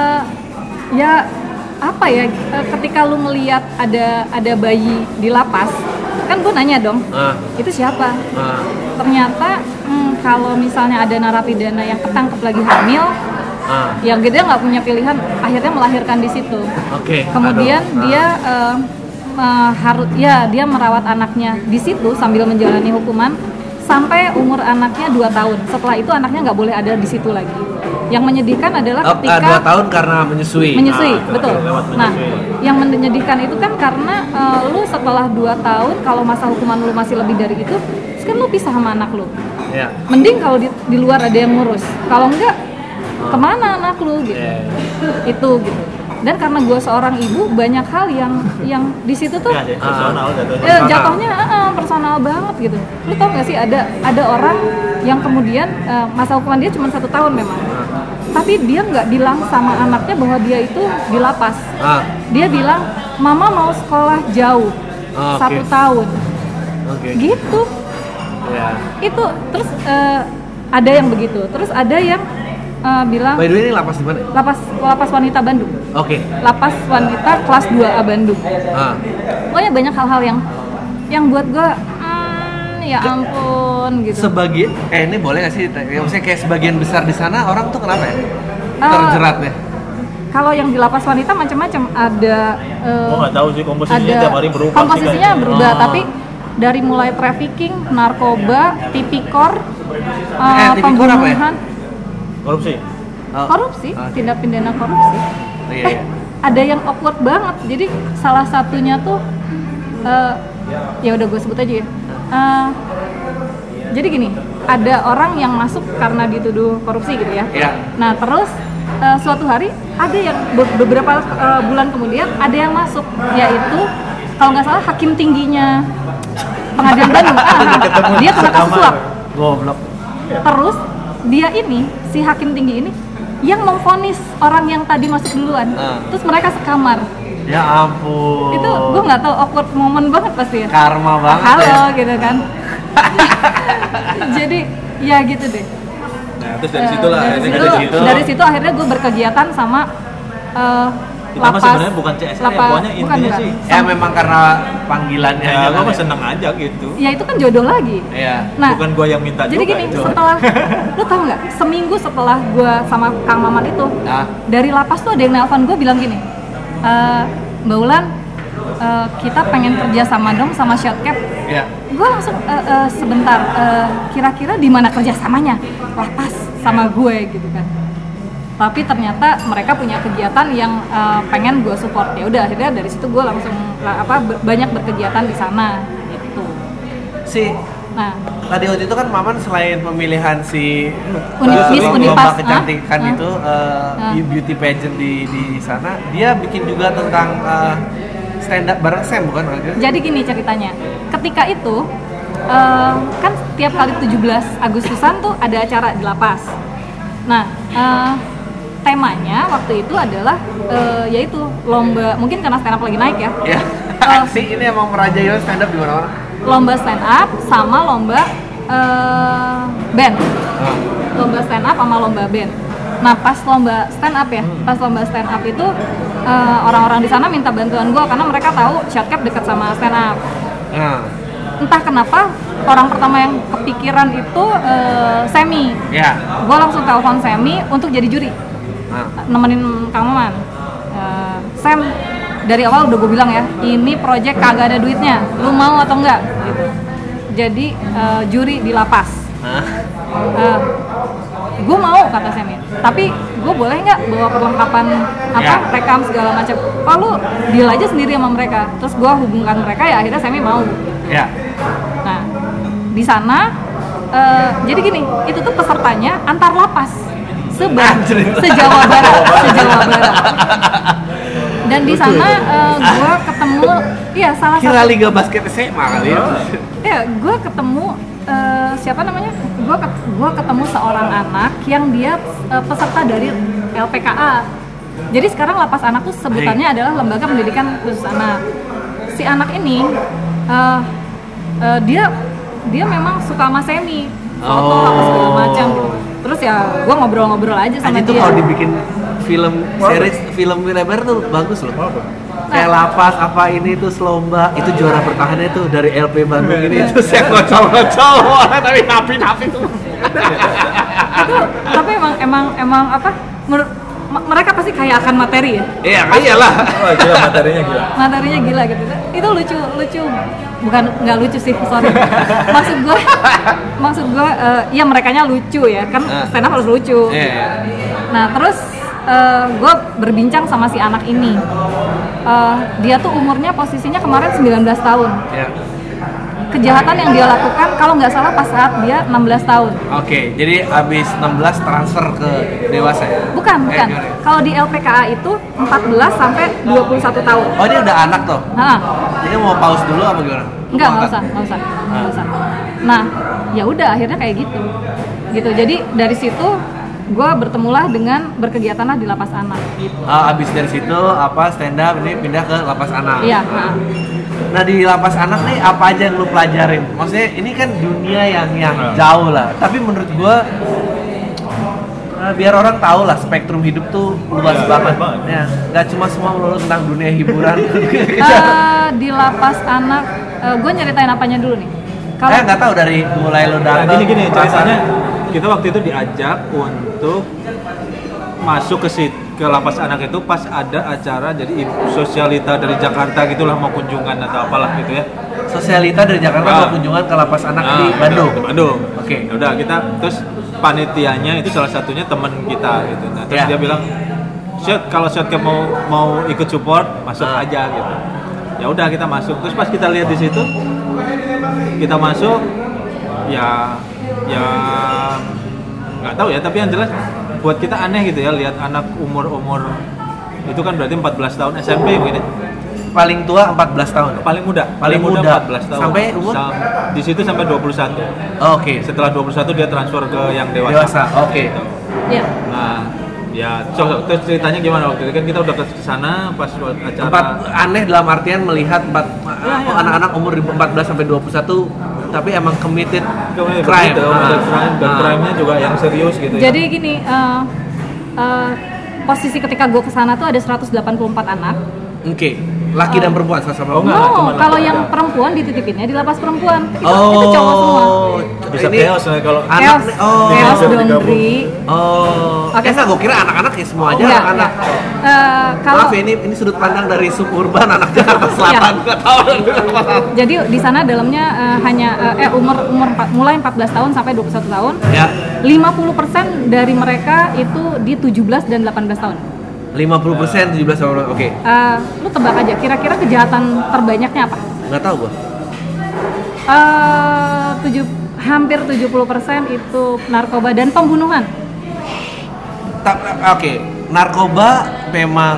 Ketika lu ngelihat ada bayi di lapas, kan gue nanya dong, itu siapa? Ternyata kalau misalnya ada narapidana yang ketangkep lagi hamil, yang gede nggak punya pilihan, akhirnya melahirkan di situ. Kemudian dia harus ya dia merawat anaknya di situ sambil menjalani hukuman sampai umur anaknya 2 tahun. Setelah itu anaknya nggak boleh ada di situ lagi. Yang menyedihkan adalah ketika 2 tahun karena menyusui. Betul. Nah, yang menyedihkan itu kan karena lu setelah 2 tahun kalau masa hukuman lu masih lebih dari itu, terus kan lu pisah sama anak lu. Ya. Mending kalau di luar ada yang ngurus. Kalau enggak kemana anak lu gitu. Itu gitu. Dan karena gue seorang ibu, banyak hal yang di situ tuh personal jatuhnya personal banget gitu. Lu tau gak sih ada orang yang kemudian masa hukuman dia cuma 1 tahun memang, tapi dia nggak bilang sama anaknya bahwa dia itu di lapas. Dia bilang mama mau sekolah jauh 1 tahun, gitu. Itu terus ada yang begitu, terus ada yang bilang. By the way, ini lapas di mana? Lapas wanita Bandung. Lapas wanita kelas 2A Bandung. Pokoknya banyak hal-hal yang buat gue ya ampun gitu. Sebagian ini boleh nggak sih? Maksudnya kayak sebagian besar di sana orang tuh kenapa ya terjeratnya? Kalau yang di lapas wanita macam-macam ada. Gue nggak tahu sih komposisinya tiap hari berubah. Komposisinya berubah, tapi dari mulai trafficking, narkoba, tipikor, pembunuhan. Korupsi, tindak pidana korupsi. Ada yang awkward banget. Jadi salah satunya tuh ya udah gue sebut aja ya. Jadi gini, ada orang yang masuk karena dituduh korupsi gitu ya. Nah terus suatu hari ada yang beberapa bulan kemudian ada yang masuk, yaitu kalau nggak salah hakim tingginya Pengadilan Bandung. Dia kena kasus suap. Goblok. Terus dia ini, si hakim tinggi ini yang memvonis orang yang tadi masuk duluan. Terus mereka sekamar. Ya ampun. Itu gue nggak tahu, awkward moment banget pasti ya. Karma banget. Halo gitu kan. Jadi ya gitu deh. Nah terus dari situ lah. Dari situ akhirnya gue berkegiatan sama Kita sebenarnya bukan CSR ya, pokoknya intinya sih. Ya memang karena panggilannya ya, aja. Gue mah seneng aja gitu. Ya itu kan jodoh lagi. Nah, bukan gue yang minta jadi juga. Jadi gini, setelah lu tau nggak? Seminggu setelah gue sama Kang Maman itu, dari lapas tuh ada yang nelpon gue bilang gini, Mbak Ulan, kita pengen kerja sama dong sama Shotcap. Gue langsung sebentar, kira-kira di mana kerjasamanya? Lapas sama gue gitu kan. Tapi ternyata mereka punya kegiatan yang pengen gue support. Ya udah, akhirnya dari situ gue langsung banyak berkegiatan di sana gitu. Tadi waktu itu kan Maman selain pemilihan si lomba kecantikan itu beauty pageant di sana, dia bikin juga tentang stand up bareng Sam, bukan? Jadi gini ceritanya, ketika itu kan tiap kali 17 Agustusan tuh ada acara di lapas. Nah temanya waktu itu adalah yaitu lomba, mungkin karena stand up lagi naik ya. Ini emang merajalela stand up di mana-mana. Lomba stand up sama lomba band. Lomba stand up sama lomba band. Nah pas lomba stand up ya, pas lomba stand up itu orang-orang di sana minta bantuan gue karena mereka tahu Shotcap dekat sama stand up. Entah kenapa orang pertama yang kepikiran itu Semi. Gue langsung telepon Semi untuk jadi juri. Nemenin Kang Maman. Sam, dari awal udah gue bilang ya, ini project kagak ada duitnya, lu mau atau enggak gitu. Jadi juri di lapas. Gue mau, kata Semi, tapi gue boleh nggak bawa perlengkapan rekam segala macam. Oh lu deal aja sendiri sama mereka. Terus gue hubungkan mereka, ya akhirnya Semi mau. Nah di sana jadi gini, itu tuh pesertanya antar lapas se-Jawa Barat. Dan di sana gue ketemu, salah satu. Kira Liga Basket SMA kali ya? Gue ketemu siapa namanya? Gue ketemu seorang anak yang dia peserta dari LPKA. Jadi sekarang lapas anak tuh sebutannya adalah Lembaga Pendidikan Khusus Anak. Si anak ini dia memang suka sama Semi, foto apa segala macam gitu. Terus ya gue ngobrol-ngobrol aja sama dia. Itu kalau dibikin film lebar tuh bagus loh. Kayak lapas apa ini tuh lomba itu juara bertahannya tuh dari LP Bandung ini itu saya kocol tapi tuh. Itu tapi emang apa mereka pasti kaya akan materi ya. Iya, iyalah. Oh, gila Materinya gila gitu. Itu lucu. Bukan nggak lucu sih, sorry. Maksud gue, ya merekanya lucu ya, kan stand up harus lucu. Yeah. Nah terus gue berbincang sama si anak ini. Dia tuh umurnya posisinya kemarin 19 tahun. Yeah. Kejahatan yang dia lakukan kalau nggak salah pas saat dia 16 tahun. Oke, jadi abis 16 transfer ke dewasa ya? Bukan. Kalau di LPKA itu 14 sampai 21 tahun. Oh, dia udah anak tuh? Jadi mau pause dulu apa gimana? Nggak usah. Nah, ya udah akhirnya kayak gitu. Gitu. Jadi dari situ gue bertemulah dengan berkegiatanlah di lapas anak. Gitu. Abis dari situ stand up ini pindah ke lapas anak. Iya. Nah di lapas anak nih apa aja yang lu pelajarin? Maksudnya ini kan dunia yang jauh lah. Tapi menurut gue biar orang tahu lah spektrum hidup tuh luas banget. Ya, nggak cuma semua melulu tentang dunia hiburan. Di lapas anak, gue nyeritain apanya dulu nih. Kalau nggak tahu dari mulai lu datang. Nah, gini ceritanya kita waktu itu diajak untuk masuk ke lapas anak itu pas ada acara jadi sosialita dari Jakarta gitulah, mau kunjungan atau apalah gitu ya. Sosialita dari Jakarta mau kunjungan ke lapas anak di Bandung. Di Bandung. Oke. Udah kita terus panitianya itu salah satunya temen kita gitu. Nah, terus dia bilang, kalau Shot mau ikut support masuk aja gitu. Ya udah kita masuk. Terus pas kita lihat di situ, kita masuk ya nggak tahu ya, tapi yang jelas buat kita aneh gitu ya, lihat anak umur itu kan berarti 14 tahun SMP mungkin ya. Paling tua 14 tahun. Paling muda 14 tahun. Sampai umur di situ sampai 21. Oke. Setelah 21 dia transfer ke yang dewasa. Oke. Iya. Nah, ya terus ceritanya gimana waktu itu kan kita udah ke sana pas acara. Tempat aneh dalam artian melihat anak-anak umur 14 sampai 21 tapi emang committed crime. Dan crime-nya juga yang serius gitu. Jadi gini, posisi ketika gue kesana tuh ada 184 anak. Oke. Laki dan perempuan sama-sama. Kalau yang perempuan dititipinnya di lapas perempuan. Itu cowok semua. Bisa chaos kalau anak. Chaos dong, Dri. Oke, gue kira anak-anak ya semua aja anak-anak. Maaf ya, ini sudut pandang dari suburban anak Jakarta Selatan. Enggak tahu. Jadi di sana dalamnya hanya umur mulai 14 tahun sampai 21 tahun. Ya. 50% dari mereka itu di 17 dan 18 tahun. 50% 17 tahun, oke. Lu tebak aja, kira-kira kejahatan terbanyaknya apa? Nggak tahu gua. Hampir 70% itu narkoba dan pembunuhan. Oke, narkoba memang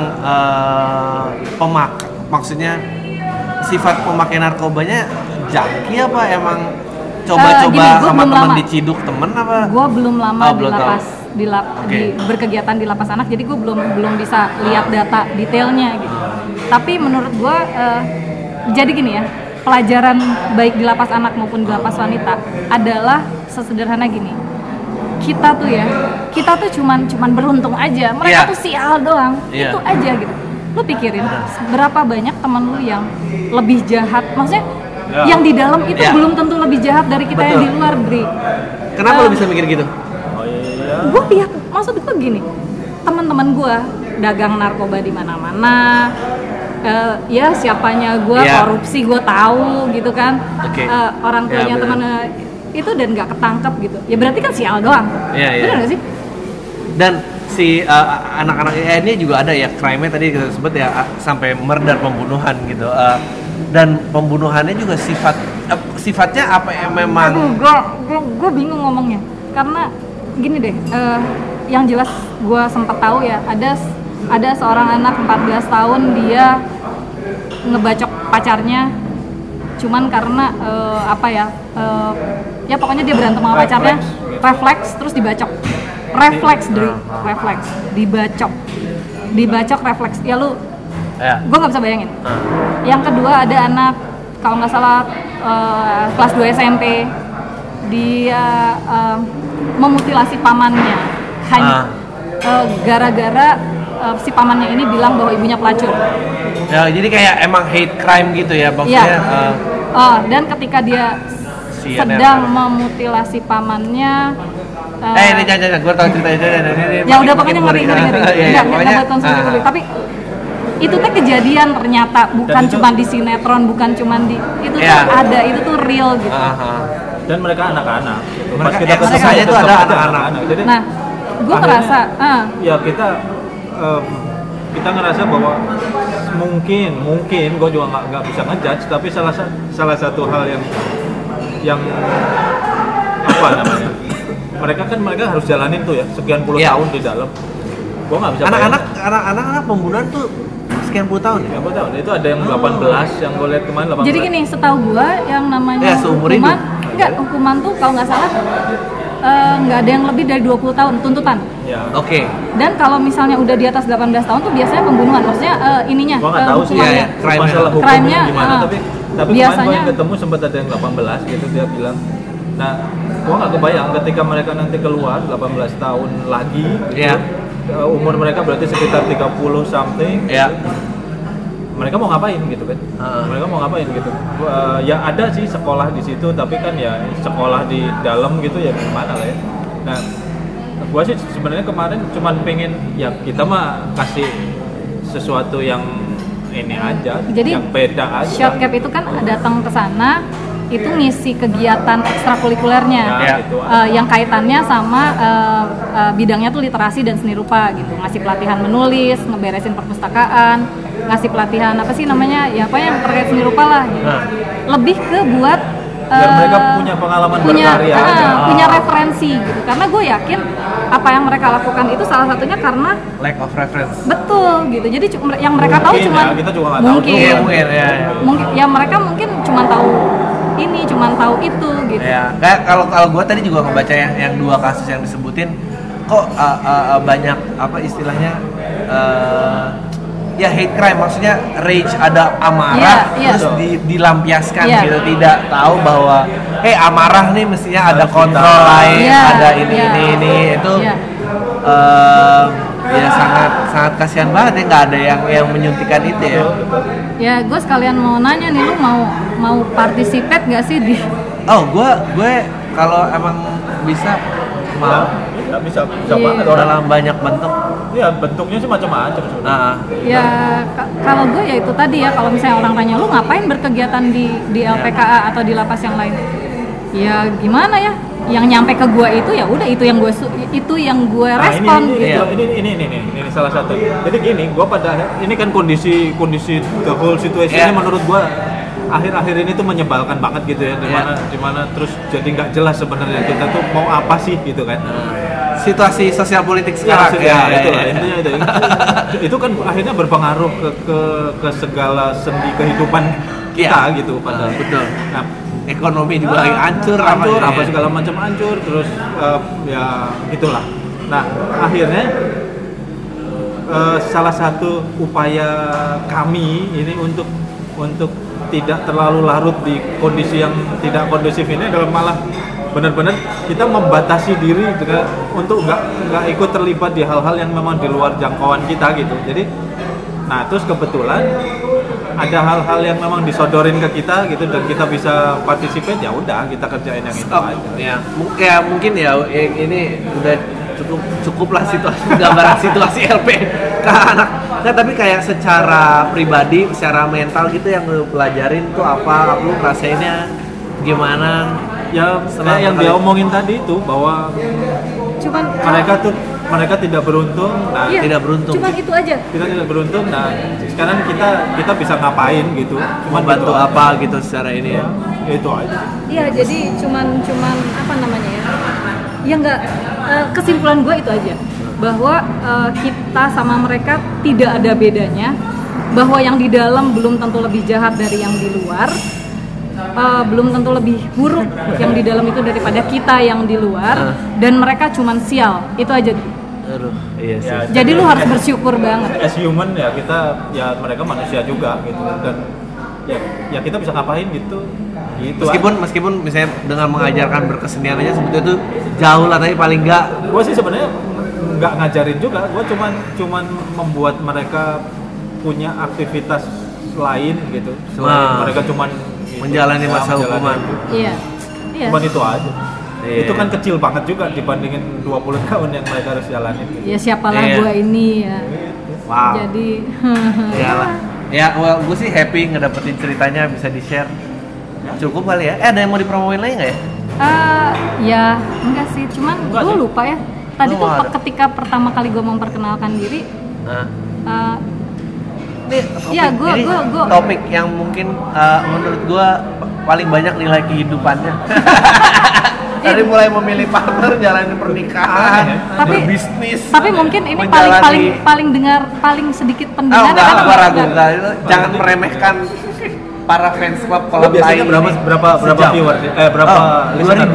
maksudnya sifat pemakai narkobanya junkie apa emang coba-coba sama teman diciduk temen apa? Gua belum lama di lapas. Berkegiatan di lapas anak, jadi gue belum bisa lihat data detailnya gitu. Tapi menurut gue jadi gini ya, pelajaran baik di lapas anak maupun di lapas wanita adalah sesederhana gini. Kita tuh cuman beruntung aja, mereka tuh sial doang, itu aja gitu. Lu pikirin berapa banyak teman lu yang lebih jahat, maksudnya yang di dalam itu belum tentu lebih jahat dari kita yang di luar, Bri. Kenapa lu bisa mikir gitu? Gue lihat, maksud gue gini, teman-teman gue dagang narkoba di mana-mana, ya siapanya gue korupsi gue tahu gitu kan, orang tuanya teman itu dan nggak ketangkep gitu, ya berarti kan sial doang, benar nggak sih? Dan si anak-anak ini juga ada ya crime-nya tadi kita sebut ya sampai murder, pembunuhan gitu, dan pembunuhannya juga sifatnya apa ya memang? Gue bingung ngomongnya karena gini deh, yang jelas gue sempat tahu ya ada seorang anak 14 tahun dia ngebacok pacarnya cuman karena ya pokoknya dia berantem sama pacarnya, refleks terus dibacok, refleks dibacok refleks ya lu, gue nggak bisa bayangin. Yang kedua ada anak kalau nggak salah kelas 2 SMP, dia memutilasi pamannya hanya gara-gara si pamannya ini bilang bahwa ibunya pelacur. Ya, jadi kayak emang hate crime gitu ya maksudnya. Dan ketika dia sedang memutilasi pamannya, Ini jangan, gue tahu ceritanya. Ya udah pokoknya ngeri. Enggak buat konsumsi publik. Tapi itu tuh kejadian ternyata, bukan cuma di sinetron, bukan cuma di itu tuh ada, itu tuh real gitu. Dan mereka anak-anak. Pas kita kesannya itu ada anak-anak. Jadi, nah, gue ngerasa, ya kita ngerasa bahwa mungkin gue juga nggak bisa ngejudge, tapi salah satu hal yang apa namanya, mereka harus jalanin tuh ya sekian puluh tahun di dalam. Gue nggak bisa. Anak-anak pembunuhan tuh sekian puluh tahun. Sekian puluh tahun. Itu ada yang 18 yang gue lihat kemarin 18. Jadi gini, setahu gue yang namanya hukuman tuh kalau nggak salah nggak ada yang lebih dari 20 tahun tuntutan. Ya. Oke. Dan kalau misalnya udah di atas 18 tahun tuh biasanya pembunuhan. Maksudnya ininya gua nggak tahu sih masalah hukumnya gimana, tapi biasanya kemarin gue ketemu sempat ada yang 18 gitu, dia bilang. Nah, gua nggak kebayang ketika mereka nanti keluar 18 tahun lagi gitu, umur mereka berarti sekitar 30 something. Gitu. Mereka mau ngapain gitu kan? Mereka mau ngapain gitu? Ya ada sih sekolah di situ, tapi kan ya sekolah di dalam gitu ya gimana lah ya. Nah, gua sih sebenarnya kemarin cuman pengen ya kita mah kasih sesuatu yang ini aja, jadi, yang beda aja. Shotcap itu kan datang ke sana itu ngisi kegiatan ekstrakurikulernya yang kaitannya sama bidangnya tuh literasi dan seni rupa gitu, ngasih pelatihan menulis, ngeberesin perpustakaan, ngasih pelatihan apa sih namanya ya apa yang terkait seni rupa lah gitu. Lebih ke buat biar mereka punya pengalaman berkarya punya referensi gitu, karena gue yakin apa yang mereka lakukan itu salah satunya karena lack of reference. Betul gitu, jadi yang mereka tahu cuma kita juga nggak mungkin tahu ya mereka mungkin cuma tahu ini, cuma tahu itu gitu. Ya, kayak kalau gue tadi juga ngebaca yang dua kasus yang disebutin, kok banyak apa istilahnya ya hate crime, maksudnya rage, ada amarah terus dilampiaskan gitu, tidak tahu bahwa amarah nih mestinya ada kontrol lain, ada ini itu ya sangat kasihan banget ya, nggak ada yang menyuntikkan itu ya. Ya gue sekalian mau nanya nih, lu mau participate nggak sih di? Gue kalau emang bisa mau. Bisa banget dalam banyak bentuk. Ya bentuknya sih macam-macam sebenarnya. Ya kalau gue ya itu tadi ya, kalau misalnya orang tanya lu ngapain berkegiatan di LPKA atau di lapas yang lain, ya gimana ya, yang nyampe ke gue itu ya udah itu yang gue respon gitu. Ini salah satu. Jadi gini, gue ini kan kondisi the whole situation ini menurut gue akhir-akhir ini tuh menyebalkan banget gitu ya, dimana terus jadi nggak jelas sebenarnya kita tuh mau apa sih gitu kan. Situasi sosial politik sekarang intinya itu kan akhirnya berpengaruh ke segala sendi kehidupan kita gitu pada betul. Nah, ekonomi juga hancur apa segala macam hancur, terus ya gitulah. Nah, akhirnya salah satu upaya kami ini untuk tidak terlalu larut di kondisi yang tidak kondusif ini adalah malah benar-benar kita membatasi diri untuk nggak ikut terlibat di hal-hal yang memang di luar jangkauan kita gitu. Jadi, nah terus kebetulan ada hal-hal yang memang disodorin ke kita gitu dan kita bisa participate, ya udah kita kerjain yang itu aja. Ya mungkin ya ini udah cukuplah situasi gambaran situasi LPK anak. Nah, tapi kayak secara pribadi, secara mental gitu yang lu pelajarin tuh apa, lu ngerasainnya gimana? Ya kayak yang dia omongin tadi itu bahwa mereka tidak beruntung. Nah, tidak beruntung. Cuma gitu aja. Kita tidak beruntung. Nah, sekarang kita bisa ngapain gitu? Cuma bantu gitu apa gitu secara ini ya. Itu aja. Iya, jadi cuman apa namanya ya? Ya enggak, kesimpulan gue itu aja. Bahwa kita sama mereka tidak ada bedanya, bahwa yang di dalam belum tentu lebih jahat dari yang di luar, belum tentu lebih buruk yang di dalam itu daripada kita yang di luar, dan mereka cuman sial, itu aja. Iya sih. Ya, jadi lu harus bersyukur banget. As human ya kita, ya mereka manusia juga gitu, dan ya kita bisa ngapain gitu. Meskipun misalnya dengan mengajarkan berkesenian aja sebetulnya itu jauh lah, tapi paling enggak gue sih sebenarnya nggak ngajarin juga, gue cuman membuat mereka punya aktivitas lain gitu selain mereka cuman menjalani masa hukuman. Iya. Cuman itu aja. Itu kan kecil banget juga dibandingin 20 tahun yang mereka harus jalanin gitu. Ya siapalah gue ini ya. Wow. Jadi iyalah. Ya, well, gue sih happy ngedapetin ceritanya bisa di-share. Cukup kali ya. Ada yang mau dipromoin lagi nggak ya? Ya enggak sih, cuman gue lupa ya. Tadi tuh ketika pertama kali gue memperkenalkan diri, gue topik yang mungkin menurut gue paling banyak nilai kehidupannya. Dari mulai memilih partner, jalanin pernikahan, berbisnis. Tapi mungkin ini paling sedikit pendengar. Gue ragu. Jangan meremehkan para fans club kalau biasanya berapa viewer? Berapa?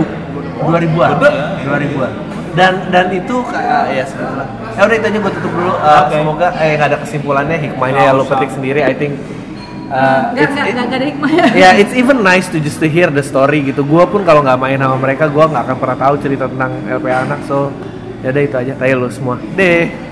2000-an. Dan itu ya sebetulnya. Ya udah itu aja gue tutup dulu. Semoga nggak ada kesimpulannya, hikmahnya ya lo petik sendiri. I think nggak ada hikmahnya. Yeah, it's even nice to just to hear the story gitu. Gue pun kalau nggak main sama mereka, gue nggak akan pernah tahu cerita tentang LPA anak. So ya udah itu aja. Kayak lo semua. Deh.